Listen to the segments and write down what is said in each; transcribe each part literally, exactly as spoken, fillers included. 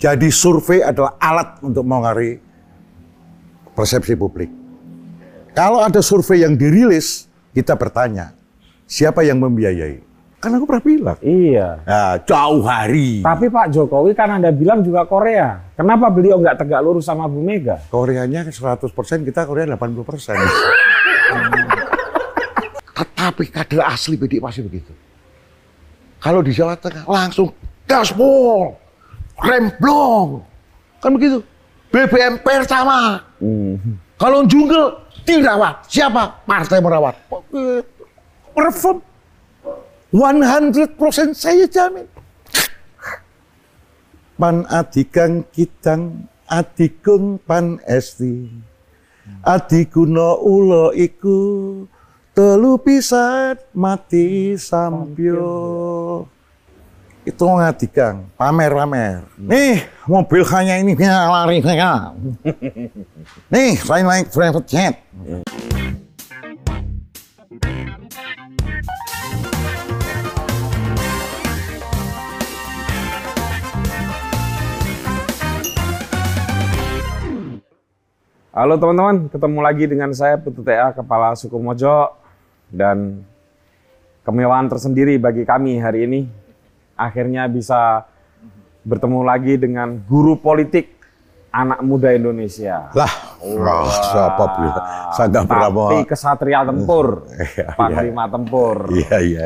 Jadi survei adalah alat untuk mengaruhi persepsi publik. Kalau ada survei yang dirilis, kita bertanya, siapa yang membiayai? Kan aku pernah bilang. Iya. Nah, jauh hari. Tapi Pak Jokowi kan Anda bilang juga Korea. Kenapa beliau nggak tegak lurus sama Bu Mega? Koreanya seratus persen, kita Korea delapan puluh persen. Tetapi kader asli B D I pasti begitu. Kalau di Jawa Tengah langsung gaspol, remblong. Kan begitu. B B M pertama. Hmm. Kalau jungle dirawat. Siapa? Partai merawat. Perform. seratus persen saya jamin. Pan adigang kidang adigung pan esti. Adiguna ula iku telu pisan mati sampyo. Itu ngadigang, pamer-pamer. Nih, mobil hanya ini dia lari saya. Nih, saya naik private jet. Halo teman-teman, ketemu lagi dengan saya Putu T A, Kepala Suku Mojo, dan kemewahan tersendiri bagi kami hari ini. Akhirnya bisa bertemu lagi dengan guru politik anak muda Indonesia. Lah, wah, siapa bila? Saya nggak pernah mau. Tapi kesatria tempur, panglima tempur. Iya, iya.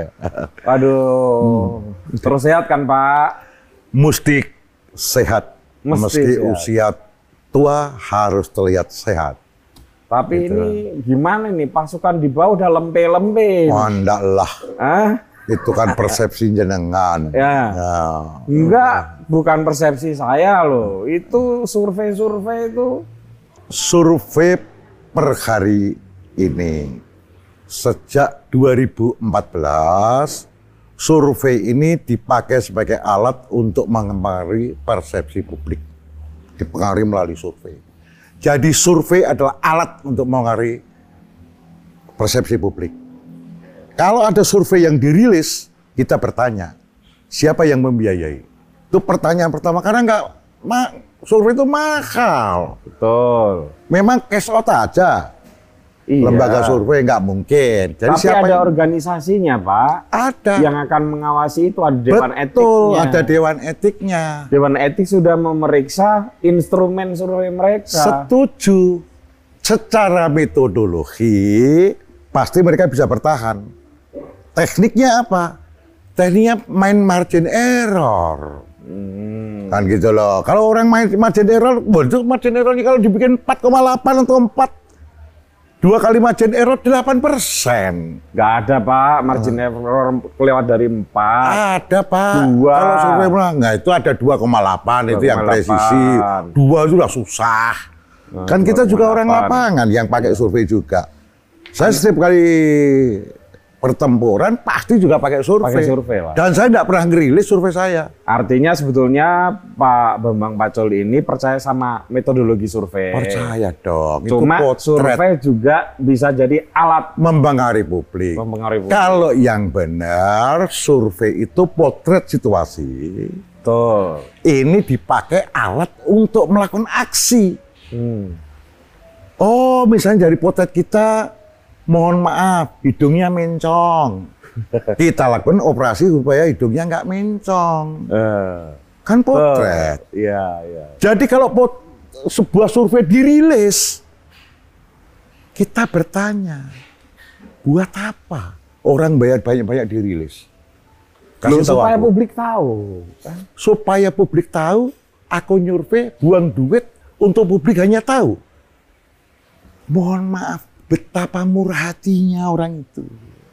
Waduh, hmm. Terus sehat kan Pak? Mesti sehat, Mesti meski sehat. usia tua harus terlihat sehat. Tapi gitu. Ini gimana nih, pasukan di bawah udah lempe-lempe. Oh, enggak lah. Ah? Itu kan persepsi jenengan. Ya. Ya. Enggak, bukan persepsi saya loh. Itu survei-survei itu. Survei per hari ini. Sejak dua ribu empat belas, survei ini dipakai sebagai alat untuk mengaruhi persepsi publik. Dipengaruhi melalui survei. Jadi survei adalah alat untuk mengaruhi persepsi publik. Kalau ada survei yang dirilis, kita bertanya, siapa yang membiayai? Itu pertanyaan pertama, karena nggak, survei itu mahal. Betul. Memang cash out aja. Iya. Lembaga survei nggak mungkin. Jadi tapi siapa ada yang... organisasinya, Pak. Ada. Yang akan mengawasi itu, ada dewan Betul, etiknya. Betul, ada dewan etiknya. Dewan etik sudah memeriksa instrumen survei mereka. Setuju. Secara metodologi, pasti mereka bisa bertahan. Tekniknya apa? Tekniknya main margin error. Hmm. Kan gitu loh. Kalau orang main margin error, bentuk margin errornya kalau dibikin empat koma delapan atau empat, dua kali margin error delapan persen. Nggak ada Pak, margin uh. error kelewat dari empat. Ada Pak. Dua. Kalau survei nggak, itu ada dua koma delapan, itu yang presisi. Dua sudah susah. Nah, kan kita juga orang lapangan yang pakai survei juga. Saya setiap kali pertempuran pasti juga pakai survei. Pakai survei Pak. Dan saya tidak pernah ngerilis survei saya. Artinya sebetulnya Pak Bambang Pacul ini percaya sama metodologi survei. Percaya dong. Cuma itu survei juga bisa jadi alat mempengaruhi publik. Mempengaruhi publik. Kalau yang benar, survei itu potret situasi. Betul. Ini dipakai alat untuk melakukan aksi. Hmm. Oh, misalnya dari potret kita, mohon maaf, hidungnya mencong. Kita lakukan operasi supaya hidungnya nggak mencong. Uh, kan potret. Iya, uh, iya. Jadi kalau pot, sebuah survei dirilis, kita bertanya, buat apa orang bayar banyak-banyak dirilis? Loh, supaya aku. publik tahu. Kan? Supaya publik tahu, aku nyurvei, buang duit untuk publik hanya tahu. Mohon maaf. Betapa murah hatinya orang itu.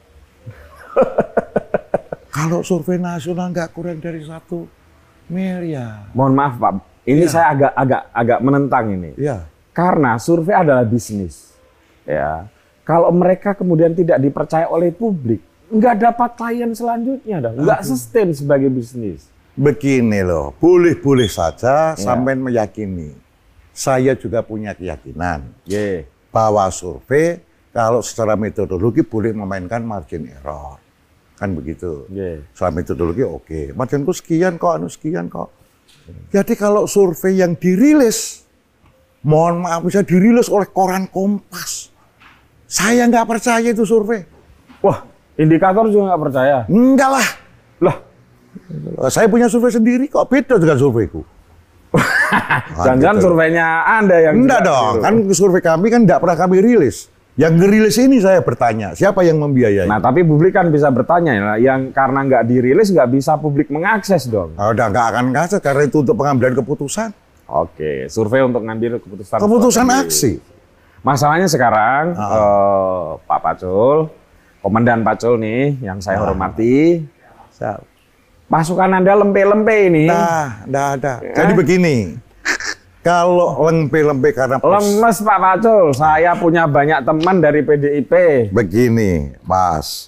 Kalau survei nasional nggak kurang dari satu miliar. Mohon maaf Pak, ini ya. Saya agak agak agak menentang ini. Ya. Karena survei adalah bisnis. Ya. Kalau mereka kemudian tidak dipercaya oleh publik, nggak dapat klien selanjutnya, dong. Nggak sustain sebagai bisnis. Begini loh, boleh-boleh saja ya. Sampai meyakini. Saya juga punya keyakinan. Yeah. Bahwa survei kalau secara metodologi boleh memainkan margin error. Kan begitu. Yeah. Secara metodologi oke. Okay. Marginku sekian kok, anu sekian kok. Jadi kalau survei yang dirilis, mohon maaf bisa dirilis oleh koran Kompas. Saya nggak percaya itu survei. Wah, indikator juga nggak percaya? Enggak lah. Lah, saya punya survei sendiri kok, beda dengan surveiku. Jangan-jangan gitu. surveinya Anda yang... Enggak dong, kan survei kami kan enggak pernah kami rilis. Yang ngerilis ini saya bertanya, siapa yang membiayai? Nah, tapi publik kan bisa bertanya, ya, yang karena nggak dirilis nggak bisa publik mengakses dong. Oh, udah nggak akan ngasih karena itu untuk pengambilan keputusan. Oke, survei untuk ngambil keputusan. Keputusan strategi. aksi. Masalahnya sekarang, Ah. eh, Pak Pacul, Komandan Pacul nih, yang saya Ah. hormati, pasukan Anda lempe-lempe ini. Nah, enggak ada. Jadi begini, kalau lempe-lempe karena pers- Lemes Pak Pacul, saya punya banyak teman dari P D I P. begini, Mas.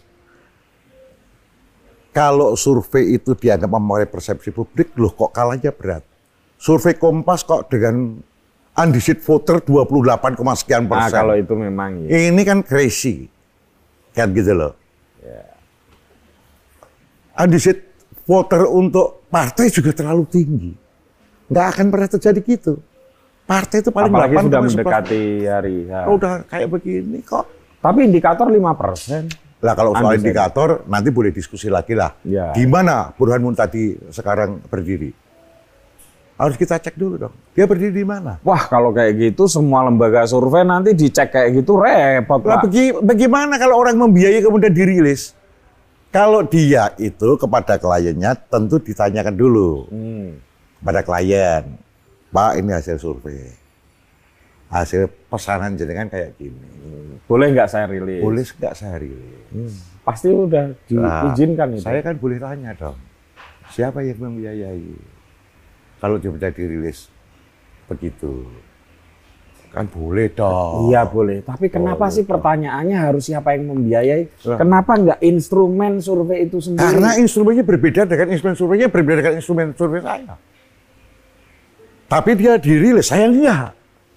Kalau survei itu dianggap mempengaruhi persepsi publik, loh kok kalahnya berat. Survei Kompas kok dengan undecided voter dua puluh delapan, sekian Nah, persen. kalau itu memang ya. Ini kan crazy. Kan gitu loh. Undecided voter untuk partai juga terlalu tinggi. Nggak akan pernah terjadi gitu. Partai itu paling Apalagi delapan sudah koma sebelas. mendekati hari. Ya. Oh, udah kayak begini kok. Tapi indikator lima persen. Lah kalau soal Undecided. indikator nanti boleh diskusi lagi lah. Ya. Di mana Burhan Muntadi sekarang berdiri? Harus kita cek dulu dong. Dia berdiri di mana? Wah, kalau kayak gitu semua lembaga survei nanti dicek kayak gitu repot, Lah Pak. bagi, bagaimana kalau orang membiayai kemudian dirilis? Kalau dia itu kepada kliennya tentu ditanyakan dulu Hmm. kepada klien, Pak ini hasil survei, hasil pesanan jenengan kayak gini, Boleh nggak saya rilis? boleh nggak saya rilis? Pasti udah Nah, diizinkan itu. saya kan boleh tanya dong, siapa yang membiayai? Kalau dia bisa dirilis begitu, kan boleh dong. Iya boleh. Tapi kenapa Boleh sih dong. pertanyaannya harus siapa yang membiayai? Lah. Kenapa nggak instrumen survei itu sendiri? Karena instrumennya berbeda dengan instrumen surveinya, berbeda dengan instrumen survei saya. Tapi dia dirilis, saya enggak.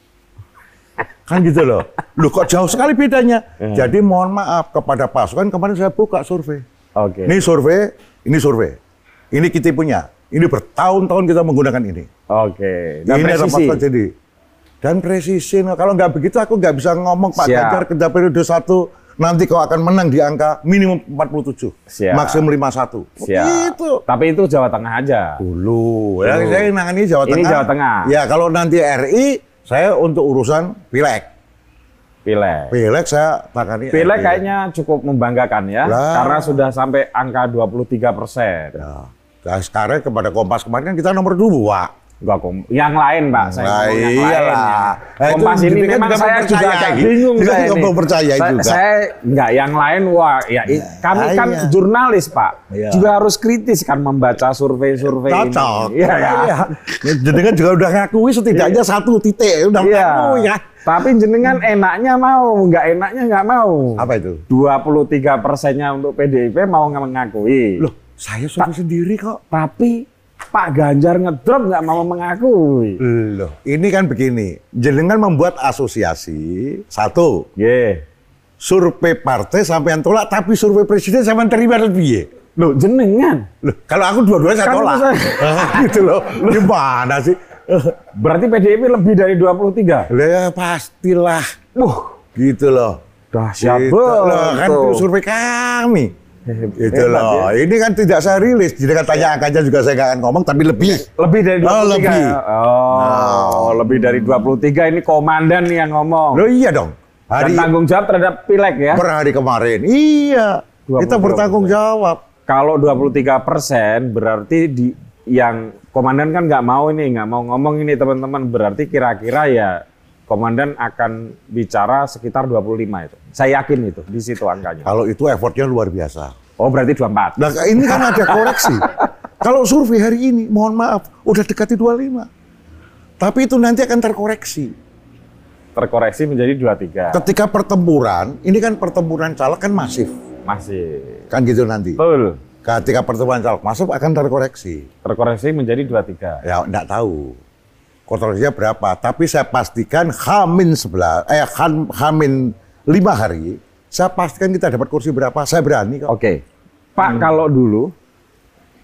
Kan gitu loh. Loh kok jauh sekali bedanya. Jadi mohon maaf kepada pasukan, kemarin saya buka survei. Oke. Ini survei, ini survei. Ini kita punya. Ini bertahun-tahun kita menggunakan ini. Oke. Dan ini presisi. rapat jadi. Dan presisi. Nah, kalau nggak begitu aku nggak bisa ngomong Pak Siap. Ganjar kerja periode satu nanti kau akan menang di angka minimum empat puluh tujuh, Siap. maksimum lima puluh satu. Siap. Itu. Tapi itu Jawa Tengah aja. Dulu. Ya, Dulu. saya nangani Jawa Ini Tengah. Jawa Tengah. Ya kalau nanti R I, saya untuk urusan pileg. Pileg. Pileg saya tangani. Pileg R I. kayaknya cukup membanggakan ya. Lah. Karena sudah sampai angka dua puluh tiga persen. Ya. Nah, sekarang kepada Kompas kemarin kan kita nomor dua. Enggak, kom yang lain, Pak. Saya Nah, ngomong yang lain. iyalah. ya. Nah, itu Kompas ini juga memang tidak saya juga mempercayai. agak bingung Juga saya tidak ini. mempercayai saya, juga. Saya enggak yang lain, wah, ya i- kami Ah, kan iya. jurnalis, Pak. Iya. Juga harus kritis kan membaca survei-survei ini. Cocok. Iya, ya. Jadi kan juga udah ngakui setidaknya satu titik. Udah Iya. ngakui ya. Tapi jenengan enaknya mau, enggak enaknya enggak mau. Apa itu? dua puluh tiga persennya untuk P D I P mau mengakui. Loh, saya survei sendiri kok. Tapi Pak Ganjar ngedrop nggak mau mengakui. Loh, ini kan begini. Jenengan membuat asosiasi, satu, Ye. survei partai sampai yang tolak, tapi survei presiden sampai terima lebih ya. Loh, jenengan. Loh, kalau aku dua-duanya saya Kan tolak. saya- gitu loh. Gimana sih? Berarti P D I P lebih dari dua puluh tiga. Lah ya pastilah. Wah, Gitu loh. dahsyat Gitu loh, kan betul. itu survei kami. Hebat Gitu ya. loh. Ini kan tidak saya rilis. Jadi kan tanya angkanya juga saya nggak akan ngomong, tapi lebih. Lebih dari dua Oh, puluh tiga. lebih. ya? Oh, lebih dari dua puluh tiga ini komandan nih yang ngomong. Loh iya dong. Dan Hari tanggung jawab terhadap pileg ya. per hari kemarin. Iya. dua puluh Kita bertanggung jawab. Kalau dua puluh tiga persen berarti di yang komandan kan nggak mau ini, nggak mau ngomong ini teman-teman. Berarti kira-kira ya komandan akan bicara sekitar dua puluh lima itu. Saya yakin itu, di situ angkanya. Kalau itu effortnya luar biasa. Oh berarti dua puluh empat. Nah ini kan ada koreksi. Kalau survei hari ini, mohon maaf, udah dekati dua puluh lima. Tapi itu nanti akan terkoreksi. Terkoreksi menjadi dua puluh tiga. Ketika pertempuran, ini kan pertempuran caleg kan masif. Masih. Kan gitu nanti. Betul. Ketika pertempuran caleg masif akan terkoreksi. Terkoreksi menjadi dua puluh tiga. Ya enggak tahu. Koreksinya berapa. Tapi saya pastikan Hamin sebelah, eh Ham, Hamin lima hari, saya pastikan kita dapat kursi berapa. Saya berani kok. Oke. Pak, kalau dulu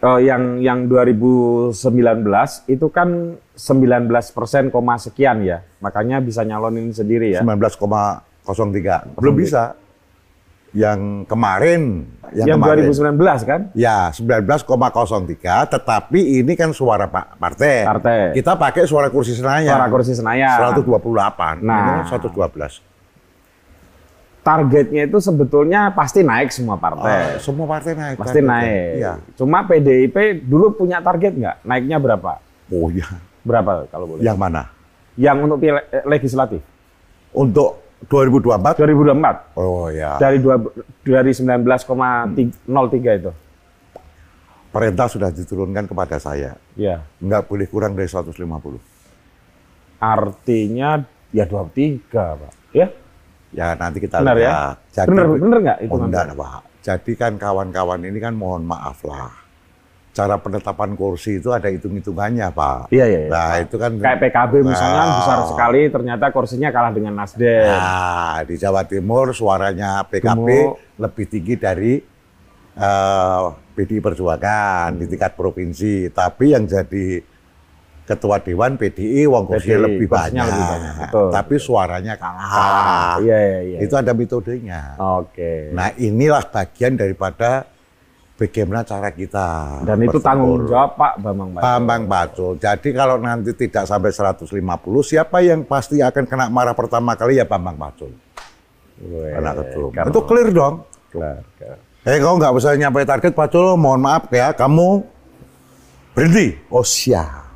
Oh, yang yang dua ribu sembilan belas itu kan sembilan belas persen koma sekian ya. Makanya bisa nyalonin sendiri ya. sembilan belas koma nol tiga. Belum bisa. Yang kemarin, yang, Yang kemarin. dua ribu sembilan belas kan? Ya, sembilan belas koma nol tiga, tetapi ini kan suara Pak partai. Partai. Kita pakai suara kursi Senayan. Suara kursi Senayan. seratus dua puluh delapan. Nah. Ini kan seratus dua belas. Targetnya itu sebetulnya pasti naik semua partai. Uh, semua partai naik. Pasti targetnya. naik. Iya. Cuma P D I P dulu punya target nggak? Naiknya berapa? Oh iya. Berapa kalau boleh? Yang mana? Yang untuk pil- eh, legislatif? Untuk dua ribu dua puluh empat? dua ribu dua puluh empat. Oh ya. Dari dua, dari sembilan belas koma nol tiga itu. Perintah sudah diturunkan kepada saya. Ya. Nggak boleh kurang dari seratus lima puluh. Artinya ya dua puluh tiga, Pak. Ya? Ya nanti kita Benar ya? lihat. Jadi, bener, bener nggak itu? Oh, nanti? enggak, Pak. Jadi kan kawan-kawan ini kan mohon maaf lah. Cara penetapan kursi itu ada hitung-hitungannya, Pak. Iya, iya. iya. Nah, itu kan Kayak P K B misalnya Nah. besar sekali, ternyata kursinya kalah dengan Nasdem. Nah, di Jawa Timur suaranya P K B Gemuk. lebih tinggi dari eh, P D I Perjuangan di tingkat provinsi. Tapi yang jadi ketua dewan P D I wong kursinya P D I, lebih kursinya banyak. lebih banyak, betul. Tapi suaranya kalah. Ah, iya, iya, iya. Itu ada metodenya. Oke. Nah, inilah bagian daripada bagaimana cara kita Dan itu bertempur. tanggung jawab Pak Bambang Pacul. Bambang Pacul. Jadi kalau nanti tidak sampai seratus lima puluh, siapa yang pasti akan kena marah pertama kali ya Bambang Pacul. Weh, Karena ketum. karena- Itu clear dong. Clear, clear. Eh, kau nggak bisa nyampe target Pacul, mohon maaf ya, kamu berhenti. Oh siap.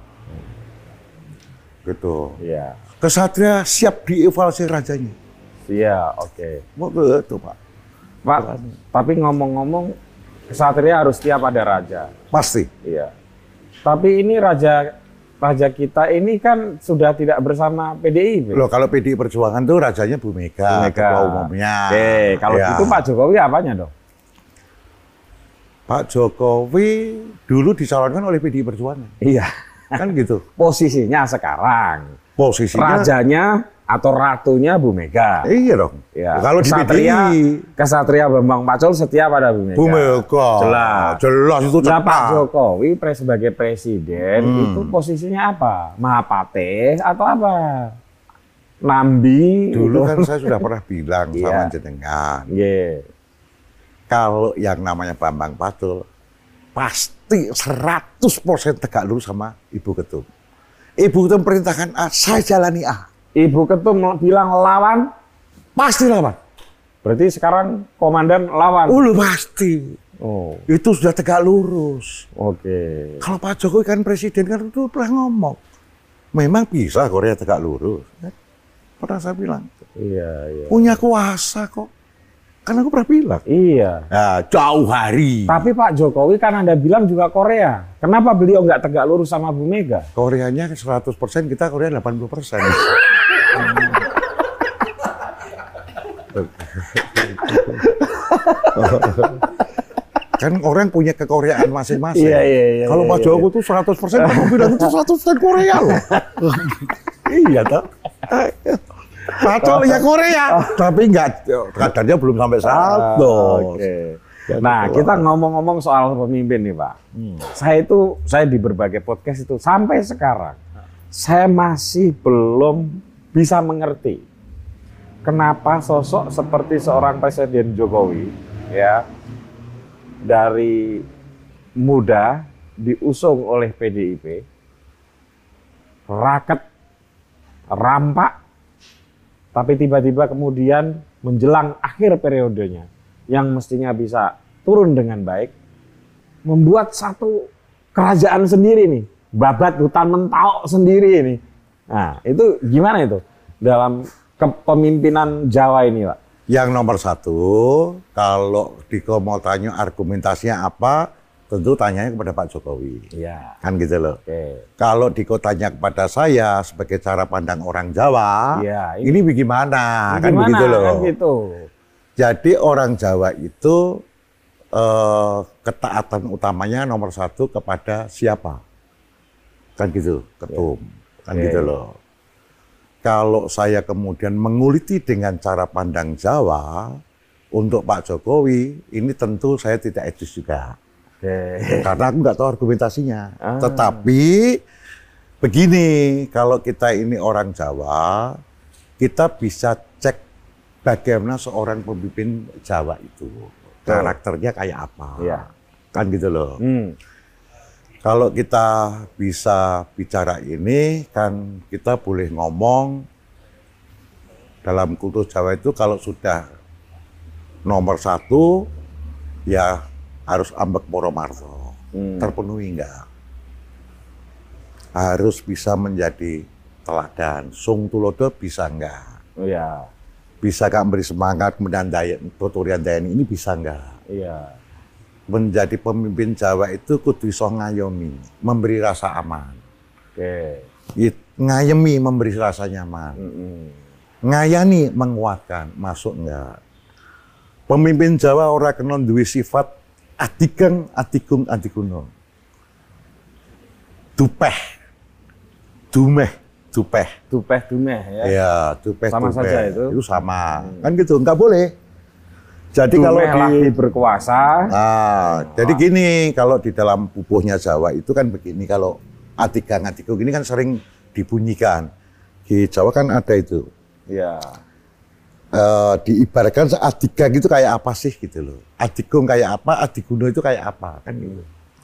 Gitu. Iya. Kesatria siap dievaluasi rajanya. Iya, oke. Oh, gitu, Pak. Pak, tapi ngomong-ngomong, kesatria harus tiap ada raja. Pasti. Iya. Tapi ini raja raja kita ini kan sudah tidak bersama P D I P. Loh, kalau P D I Perjuangan tuh rajanya Bu Mega, Bu Mega. ketua umumnya. Oke, kalau Ya. gitu Pak Jokowi apanya dong? Pak Jokowi dulu dicalonkan oleh P D I Perjuangan. Iya. Kan gitu. Posisinya sekarang. Posisinya. Rajanya atau ratunya Bu Mega. Iya dong. Ya. Kalau di P D I. Kesatria, Kesatria Bambang Pacul setia pada Bu Mega. Bu Mega. Jelas. Jelas itu Nah, Pak cepat. Jokowi pres sebagai presiden Hmm. itu posisinya apa? Mahapatih atau apa? Nambi. Dulu gitu. kan saya sudah pernah bilang Iya. sama jenengan. Iya. Kalau yang namanya Bambang Pacul, pasti seratus persen tegak lurus sama Ibu Ketum. Ibu Ketum perintahkan A, saya jalani A. Ibu Ketum bilang lawan, Pasti lawan. berarti sekarang komandan lawan. Ulu pasti. Oh, Itu sudah tegak lurus. oke. Kalau Pak Jokowi kan presiden kan itu pernah ngomong. Memang bisa Korea tegak lurus. Kan? Pernah saya bilang. Iya, iya. Punya kuasa kok. Kan aku pernah bilang. Iya. Nah, jauh hari. Tapi Pak Jokowi kan Anda bilang juga Korea. Kenapa beliau nggak tegak lurus sama Bu Mega? Koreanya seratus persen, kita Korea delapan puluh persen. Kan orang punya kekoreaan masing-masing. Iya, iya, iya, Kalau iya, Pak iya. Jokowi itu seratus persen, aku bilang itu seratus persen Korea loh. Iya toh. Pacul ya Korea, tapi enggak, kadarnya belum sampai seratus. Oke. Nah, kita ngomong-ngomong soal pemimpin nih, Pak. Saya itu, saya di berbagai podcast itu sampai sekarang, saya masih belum bisa mengerti kenapa sosok seperti seorang Presiden Jokowi, ya, dari muda diusung oleh P D I P, raket, rampak, tapi tiba-tiba kemudian menjelang akhir periodenya, yang mestinya bisa turun dengan baik, membuat satu kerajaan sendiri nih, babat hutan mentawai sendiri ini. Nah, itu gimana itu dalam kepemimpinan Jawa ini, Pak? Yang nomor satu, kalau Diko mau tanya argumentasinya apa, tentu tanyanya kepada Pak Jokowi. Iya. Kan gitu loh. Oke. Kalau Diko tanya kepada saya sebagai cara pandang orang Jawa, Iya, ini, bagaimana? Kan Gimana? begitu loh. Kan gitu. Jadi orang Jawa itu eh, ketaatan utamanya nomor satu kepada siapa? Kan gitu, ketum. Kan Oke. gitu loh. Kalau saya kemudian menguliti dengan cara pandang Jawa, untuk Pak Jokowi, ini tentu saya tidak etis juga. Oke. Karena aku nggak tahu argumentasinya. Ah. Tetapi begini, kalau kita ini orang Jawa, kita bisa cek bagaimana seorang pemimpin Jawa itu. Karakternya kayak apa. Iya. Kan gitu loh. Hmm. Kalau kita bisa bicara ini, kan kita boleh ngomong dalam kultur Jawa itu kalau sudah nomor satu, ya harus ambek poro marto. Hmm. Terpenuhi enggak? Harus bisa menjadi teladan. Sung tulodo bisa enggak? Oh ya. Bisa gak beri semangat, kemudian daya, tuturian daya ini bisa enggak? Iya. Menjadi pemimpin Jawa itu kudu iso ngayomi, memberi rasa aman. Oke. It, ngayemi memberi rasa nyaman. Mm-mm. Ngayani menguatkan, masuk enggak? Pemimpin Jawa ora kena duwe sifat adigang, adigung, adiguno. Dupeh, dumeh, dupeh. Tupeh dumeh ya. Ya, dupeh, Sama dupeh. saja itu. Itu sama. Kan gitu, enggak boleh. Jadi Dumeh kalau lagi di berkuasa. Nah, jadi gini, kalau di dalam pupuhnya Jawa itu kan begini, kalau adigang, adigung ini kan sering dibunyikan. Di Jawa kan ada itu. Iya. Eh, diibaratkan adigang itu kayak apa sih gitu loh. Adigung kayak apa, adiguno itu kayak apa kan gitu.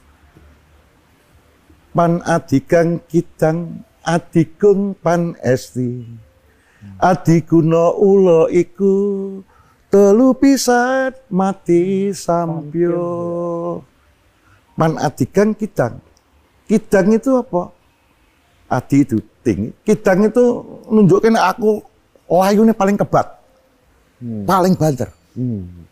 Pan adigang kidang, adigung pan esti. Adiguno ulo iku telu pisan mati sampyo. Pan adigang kidang. Kidang itu apa? Adi itu tinggi. Kidang itu nunjukin aku layunya paling kebat. Hmm. Paling banter. Hmm.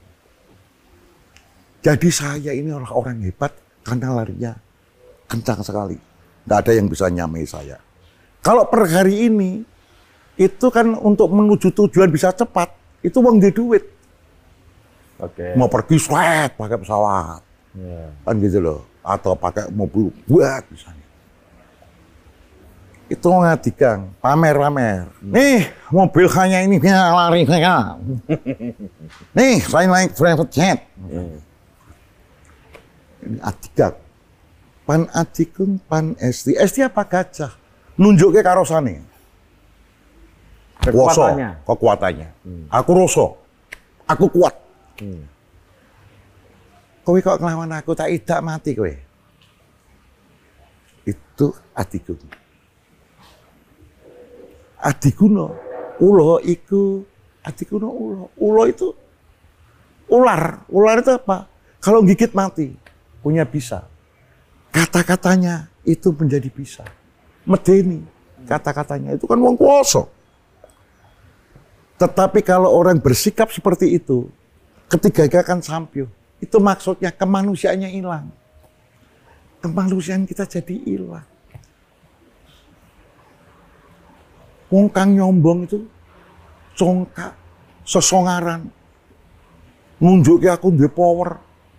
Jadi saya ini orang-orang hebat karena larinya kencang sekali. Nggak ada yang bisa nyamai saya. Kalau per hari ini, itu kan untuk menuju tujuan bisa cepat. Itu uang di duit. Oke. Mau pergi swet pakai pesawat. Yeah. Kan gitu loh. Atau pakai mobil buat misalnya. Itu ngadigang, pamer-pamer. Nih, mobil saya ini bisa lari saya. Nih, saya naik private jet. Hmm. Ini adigang. Pan adigung, pan esti. Esti apa gajah? Nunjuknya karosane. Woso, Kekuatannya. kekuatannya. Hmm. Aku roso. Aku kuat. Hmm. Kowe kok ngelawan aku, tak idak mati kowe. Itu adigung. Adiguno, ulo iku, adiguno ulo. Ulo itu ular. Ular itu apa? Kalau gigit mati, punya bisa. Kata-katanya itu menjadi bisa. Medeni, kata-katanya itu kan wong kuwasa. Tetapi kalau orang bersikap seperti itu, ketiga akan sampyo. Itu maksudnya kemanusiaannya hilang. Kemanusiaan kita jadi hilang. Wong kang nyombong itu congkak, sesongaran, nunjuki aku duwe power,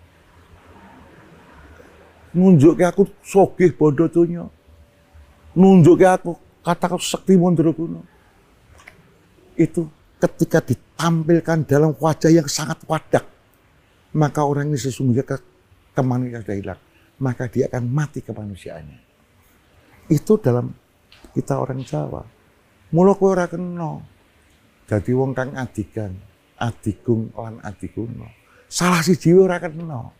nunjuki aku sogih bondo donya, nunjuki aku kataku sekti mondro kuno. Itu ketika ditampilkan dalam wajah yang sangat wadak, maka orang ini sesungguhnya ke kemanusiaan sudah hilang, maka dia akan mati kemanusiaannya. Itu dalam kita orang Jawa. Mula kowe ora kena dadi wong kang adigan, adigung lan adiguno. Salah siji ora kena.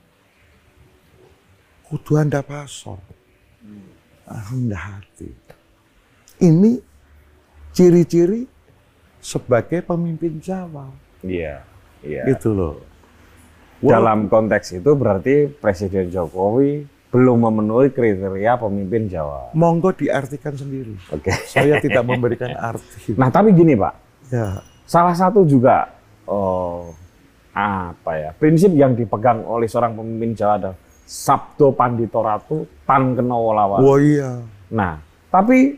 Kudu anda pasor. Rendah hati. Ini ciri-ciri sebagai pemimpin Jawa. Iya, iya. Itu loh. Dalam konteks itu berarti Presiden Jokowi belum memenuhi kriteria pemimpin Jawa. Monggo diartikan sendiri. Oke. Saya tidak memberikan arti. Nah, tapi gini Pak, Ya. salah satu juga oh, apa ya prinsip yang dipegang oleh seorang pemimpin Jawa adalah Sabdo Pandito Ratu Tan Kena Wolawan. Oh iya. Nah, tapi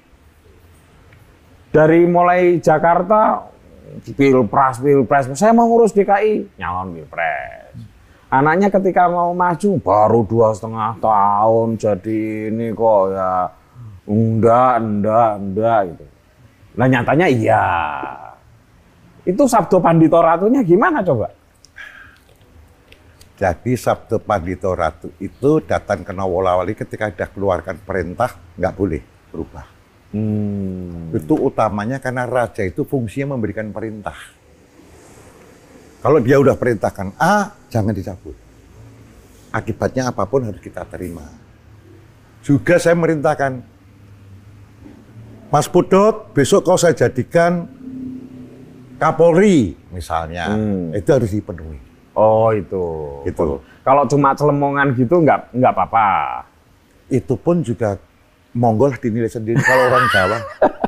dari mulai Jakarta pilpres, pilpres, saya mau ngurus D K I, nyalon pilpres. Anaknya ketika mau maju baru dua setengah tahun jadi ini kok ya enggak, enggak, enggak gitu. Nah nyatanya iya. Itu Sabdo Pandito Ratunya gimana coba? Jadi Sabdo Pandito Ratu itu datang ke Nawolawali ketika sudah keluarkan perintah nggak boleh berubah. Hmm. Itu utamanya karena raja itu fungsinya memberikan perintah. Kalau dia udah perintahkan A, jangan dicabut. Akibatnya apapun harus kita terima. Juga saya merintahkan, Mas Pudot, besok kau saya jadikan Kapolri misalnya, hmm. itu harus dipenuhi. Oh itu. Itu. Kalau cuma celemongan gitu nggak nggak apa-apa. Itu pun juga monggo lah dinilai sendiri kalau orang Jawa.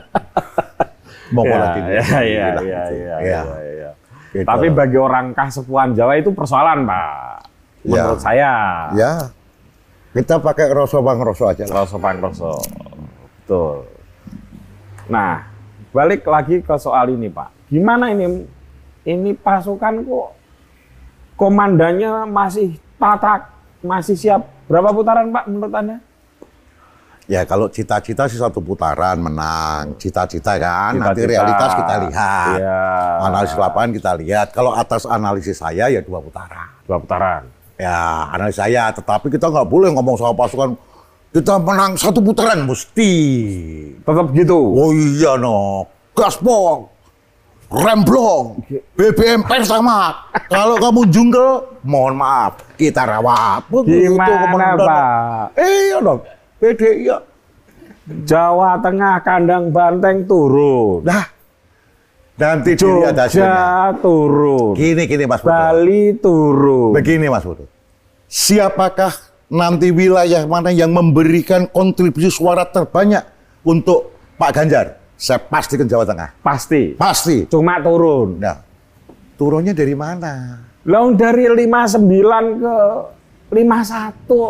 Monggo lah dinilai ya, sendiri ya, lah. ya, Gitu. ya, Ya. ya, ya. Gitu. Tapi bagi orang Kasepuhan Jawa itu persoalan, Pak. Menurut Ya. saya. Ya, kita pakai roso bang roso aja lah. Roso Bang Roso. Betul. Nah, balik lagi ke soal ini, Pak. Gimana ini? Ini pasukan kok komandannya masih tatak, masih siap. Berapa putaran, Pak, menurut Anda? Ya kalau cita-cita sih satu putaran menang, cita-cita kan. Nanti Cita-cita. realitas kita lihat, Iya. analisis lapangan kita lihat. Kalau atas analisis saya ya dua putaran. Dua putaran. Ya analisis saya, tetapi kita nggak boleh ngomong soal pasukan kita menang satu putaran mesti. Tetap gitu. Oh iya no, gaspol, remblong, B B M pertama. Kalau kamu jungle, mohon maaf, kita rawat. Gimana, Pak? Iya dong, P D I ya. Jawa Tengah kandang banteng turun. Nah, nanti dilihat hasilnya. Jogja turun. Gini, gini Mas Putut. Bali turun. Begini Mas Putut. Siapakah nanti wilayah mana yang memberikan kontribusi suara terbanyak untuk Pak Ganjar? Saya pastikan Jawa Tengah. Pasti. Pasti. Cuma turun. Nah, turunnya dari mana? Lalu dari lima puluh sembilan ke lima puluh satu.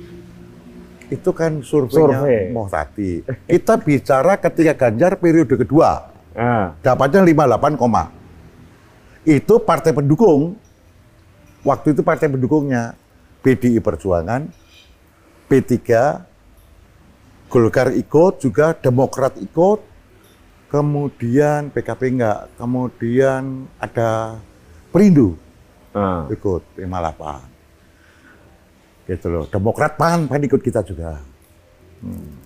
Itu kan surveinya Survei. mau tadi. Kita bicara ketika Ganjar periode kedua. Nah, Dapatnya lima puluh delapan, itu partai pendukung. Waktu itu partai pendukungnya P D I Perjuangan, P tiga, Golkar ikut, juga Demokrat ikut, kemudian P K B enggak, kemudian ada Perindo nah. ikut lima puluh delapan. Gitu loh. Demokrat pan, pan ikut kita juga. Hmm.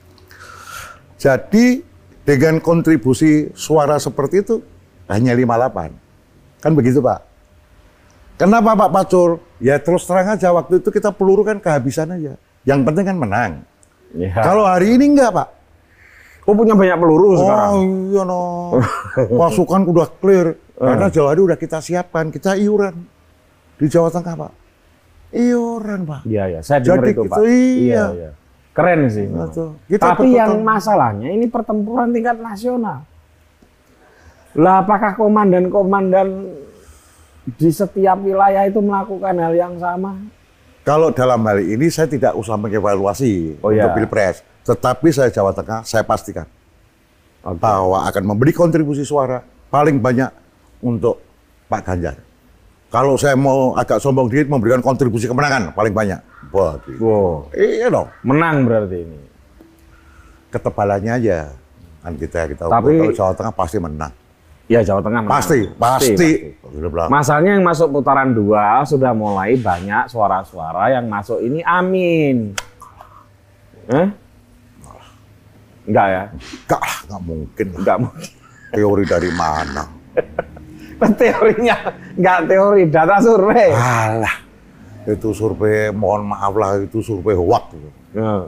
Jadi dengan kontribusi suara seperti itu hanya lima puluh delapan. Kan begitu, Pak? Kenapa Pak Pacul? Ya terus terang aja waktu itu kita peluru kan kehabisan aja. Yang penting kan menang. Ya. Kalau hari ini enggak, Pak. Oh punya banyak peluru sekarang. Oh iya no. Pasukan udah clear. Karena Jawa Tengah udah kita siapkan, kita iuran di Jawa Tengah, Pak. Iuran, Pak. Iya ya, saya dengar Jadi itu, gitu, Pak. iya. iya. Keren sih. Betul. Kita Tapi berpotong. yang masalahnya ini pertempuran tingkat nasional. Lah apakah komandan-komandan di setiap wilayah itu melakukan hal yang sama? Kalau dalam hal ini saya tidak usah mengevaluasi Oh, untuk iya. Pilpres. Tetapi saya Jawa Tengah, saya pastikan Oke. bahwa akan memberi kontribusi suara paling banyak untuk Pak Ganjar. Kalau saya mau agak sombong dikit, memberikan kontribusi kemenangan paling banyak. Wah, gitu. Wow. Iya dong. Menang berarti ini. Ketebalannya aja. Kan kita kita Tapi- ukur, kalau Jawa Tengah pasti menang. Ya Jawa Tengah menang. Pasti, pasti. Udah bilang. Masalahnya yang masuk putaran dua sudah mulai banyak suara-suara yang masuk ini amin. Eh? Enggak ya? Enggak lah, enggak mungkin lah. Enggak mungkin. Teori dari mana? Teorinya enggak teori, data survei. Alah, itu survei, mohon maaf lah, itu survei hoak. Ya.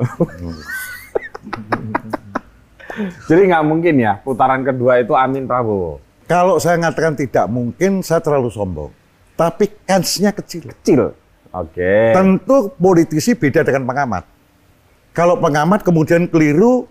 Jadi nggak mungkin ya putaran kedua itu Amin Prabowo. Kalau saya mengatakan tidak mungkin, saya terlalu sombong. Tapi kansnya kecil. Kecil. Oke. Tentu politisi beda dengan pengamat. Kalau pengamat kemudian keliru,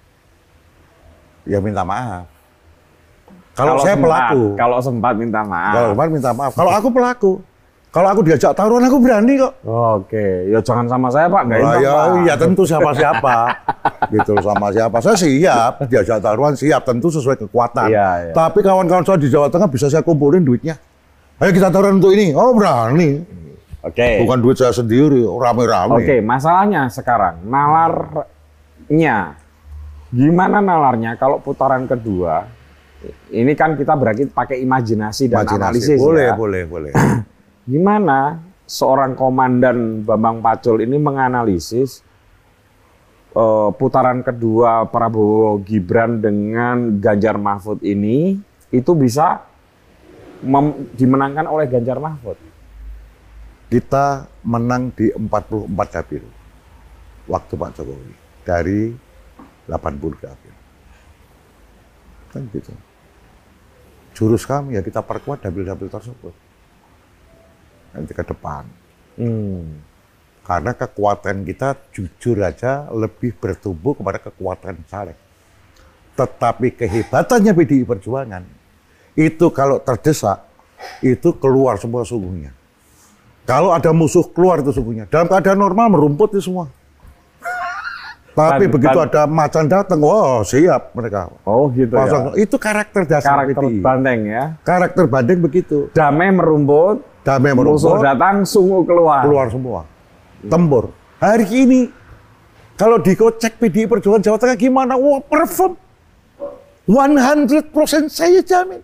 ya minta maaf. Kalau saya sempat, pelaku. Kalau sempat minta maaf. Kalau kemarin minta maaf. Kalau aku pelaku. Kalau aku diajak taruhan, aku berani kok. Oke, ya jangan sama saya Pak, nggak Lah, enak ya, Pak. ya tentu siapa-siapa. gitu sama siapa. Saya siap, diajak taruhan siap, tentu sesuai kekuatan. Iya, iya. Tapi kawan-kawan saya di Jawa Tengah bisa saya kumpulin duitnya. Ayo kita taruhan untuk ini. Oh berani. Oke. Bukan duit saya sendiri, rame-rame. Oke, masalahnya sekarang nalarnya, gimana nalarnya kalau putaran kedua? Ini kan kita berarti pakai imajinasi dan Imajinasi. analisis Boleh, ya. boleh, boleh. Gimana seorang komandan Bambang Pacul ini menganalisis uh, putaran kedua Prabowo Gibran dengan Ganjar Mahfud ini itu bisa dimenangkan oleh Ganjar Mahfud? Kita menang di empat puluh empat dapil waktu Pak Jokowi dari delapan puluh dapil. Kan gitu. Jurus kami ya kita perkuat dapil-dapil tersebut. Nanti ke depan. Hmm. Karena kekuatan kita jujur aja lebih bertumbuh kepada kekuatan caleg. Tetapi kehebatannya P D I Perjuangan itu kalau terdesak itu keluar semua sungguhnya. Kalau ada musuh keluar itu sungguhnya. Dalam keadaan normal merumput itu semua. Tapi ban, begitu ban, ada macan datang, wah siap mereka. Oh gitu Pasang, ya. Itu karakter dasar karakter P D I. banteng ya. Karakter banteng begitu. Damai merumput, damai merumput. Musuh datang, sungguh keluar. Keluar semua. Tembur. Hari ini kalau dikocek P D I Perjuangan Jawa Tengah gimana? Wah perform. seratus persen saya jamin.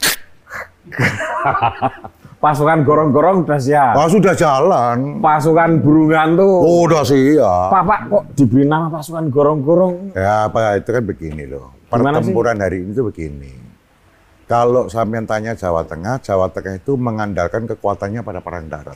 Pasukan gorong-gorong udah siap. Oh, sudah jalan. Pasukan burungan tuh. Oh, udah siap. Pak, Pak, kok diberi nama pasukan gorong-gorong? Ya, Pak, itu kan begini loh. Pertempuran hari ini tuh begini. Kalau sampean tanya Jawa Tengah, Jawa Tengah itu mengandalkan kekuatannya pada perang darat.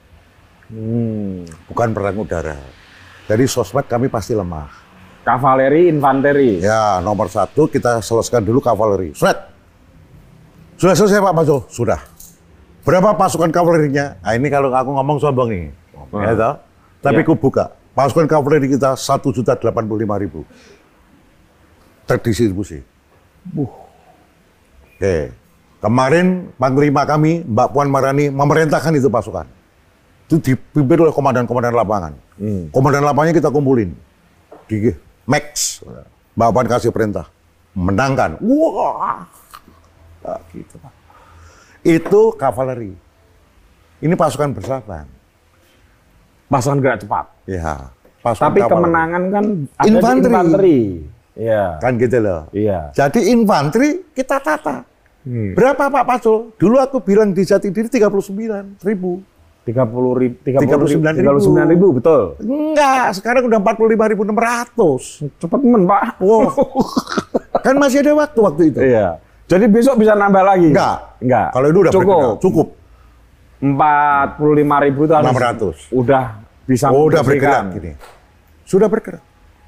Hmm. Bukan perang udara. Jadi sosmed kami pasti lemah. Kavaleri, infanteri. Ya, nomor satu kita selesaikan dulu kavaleri. Sudah. Sudah selesai Pak Pajo? Sudah. Berapa pasukan kavalerinya? Nah ini kalau aku ngomong sombong nih. Hmm. Ya, toh? Tapi ya. Ku buka. Pasukan kavaleri kita satu juta delapan puluh lima ribu. Terdistribusi. Uh. Oke. Kemarin Panglima kami, Mbak Puan Maharani, memerintahkan itu pasukan. Itu dipimpin oleh komandan-komandan lapangan. Hmm. Komandan lapangannya kita kumpulin. Di Max. Mbak Puan kasih perintah. Menangkan. Wah. Nah, gitu Pak. Itu kavaleri. Ini pasukan bersahabat. Pasukan gerak cepat. Ya. Tapi kavaleri. Kemenangan kan ada infanteri. Di infanteri. Ya. Kan gitu loh. Iya. Jadi infanteri kita tata. Hmm. Berapa Pak Pacul? Dulu aku bilang di Jatidiri tiga puluh sembilan ribu. tiga puluh ribu, tiga puluh sembilan ribu, betul? Enggak, sekarang udah empat puluh lima ribu enam ratus. Cepet men Pak. Wow. Kan masih ada waktu waktu itu. Iya. Jadi besok bisa nambah lagi? Enggak. Enggak. Kalau itu udah cukup. Cukup. empat puluh lima ribu itu enam ratus. Udah bisa oh, udah bergerak gini. Sudah bergerak.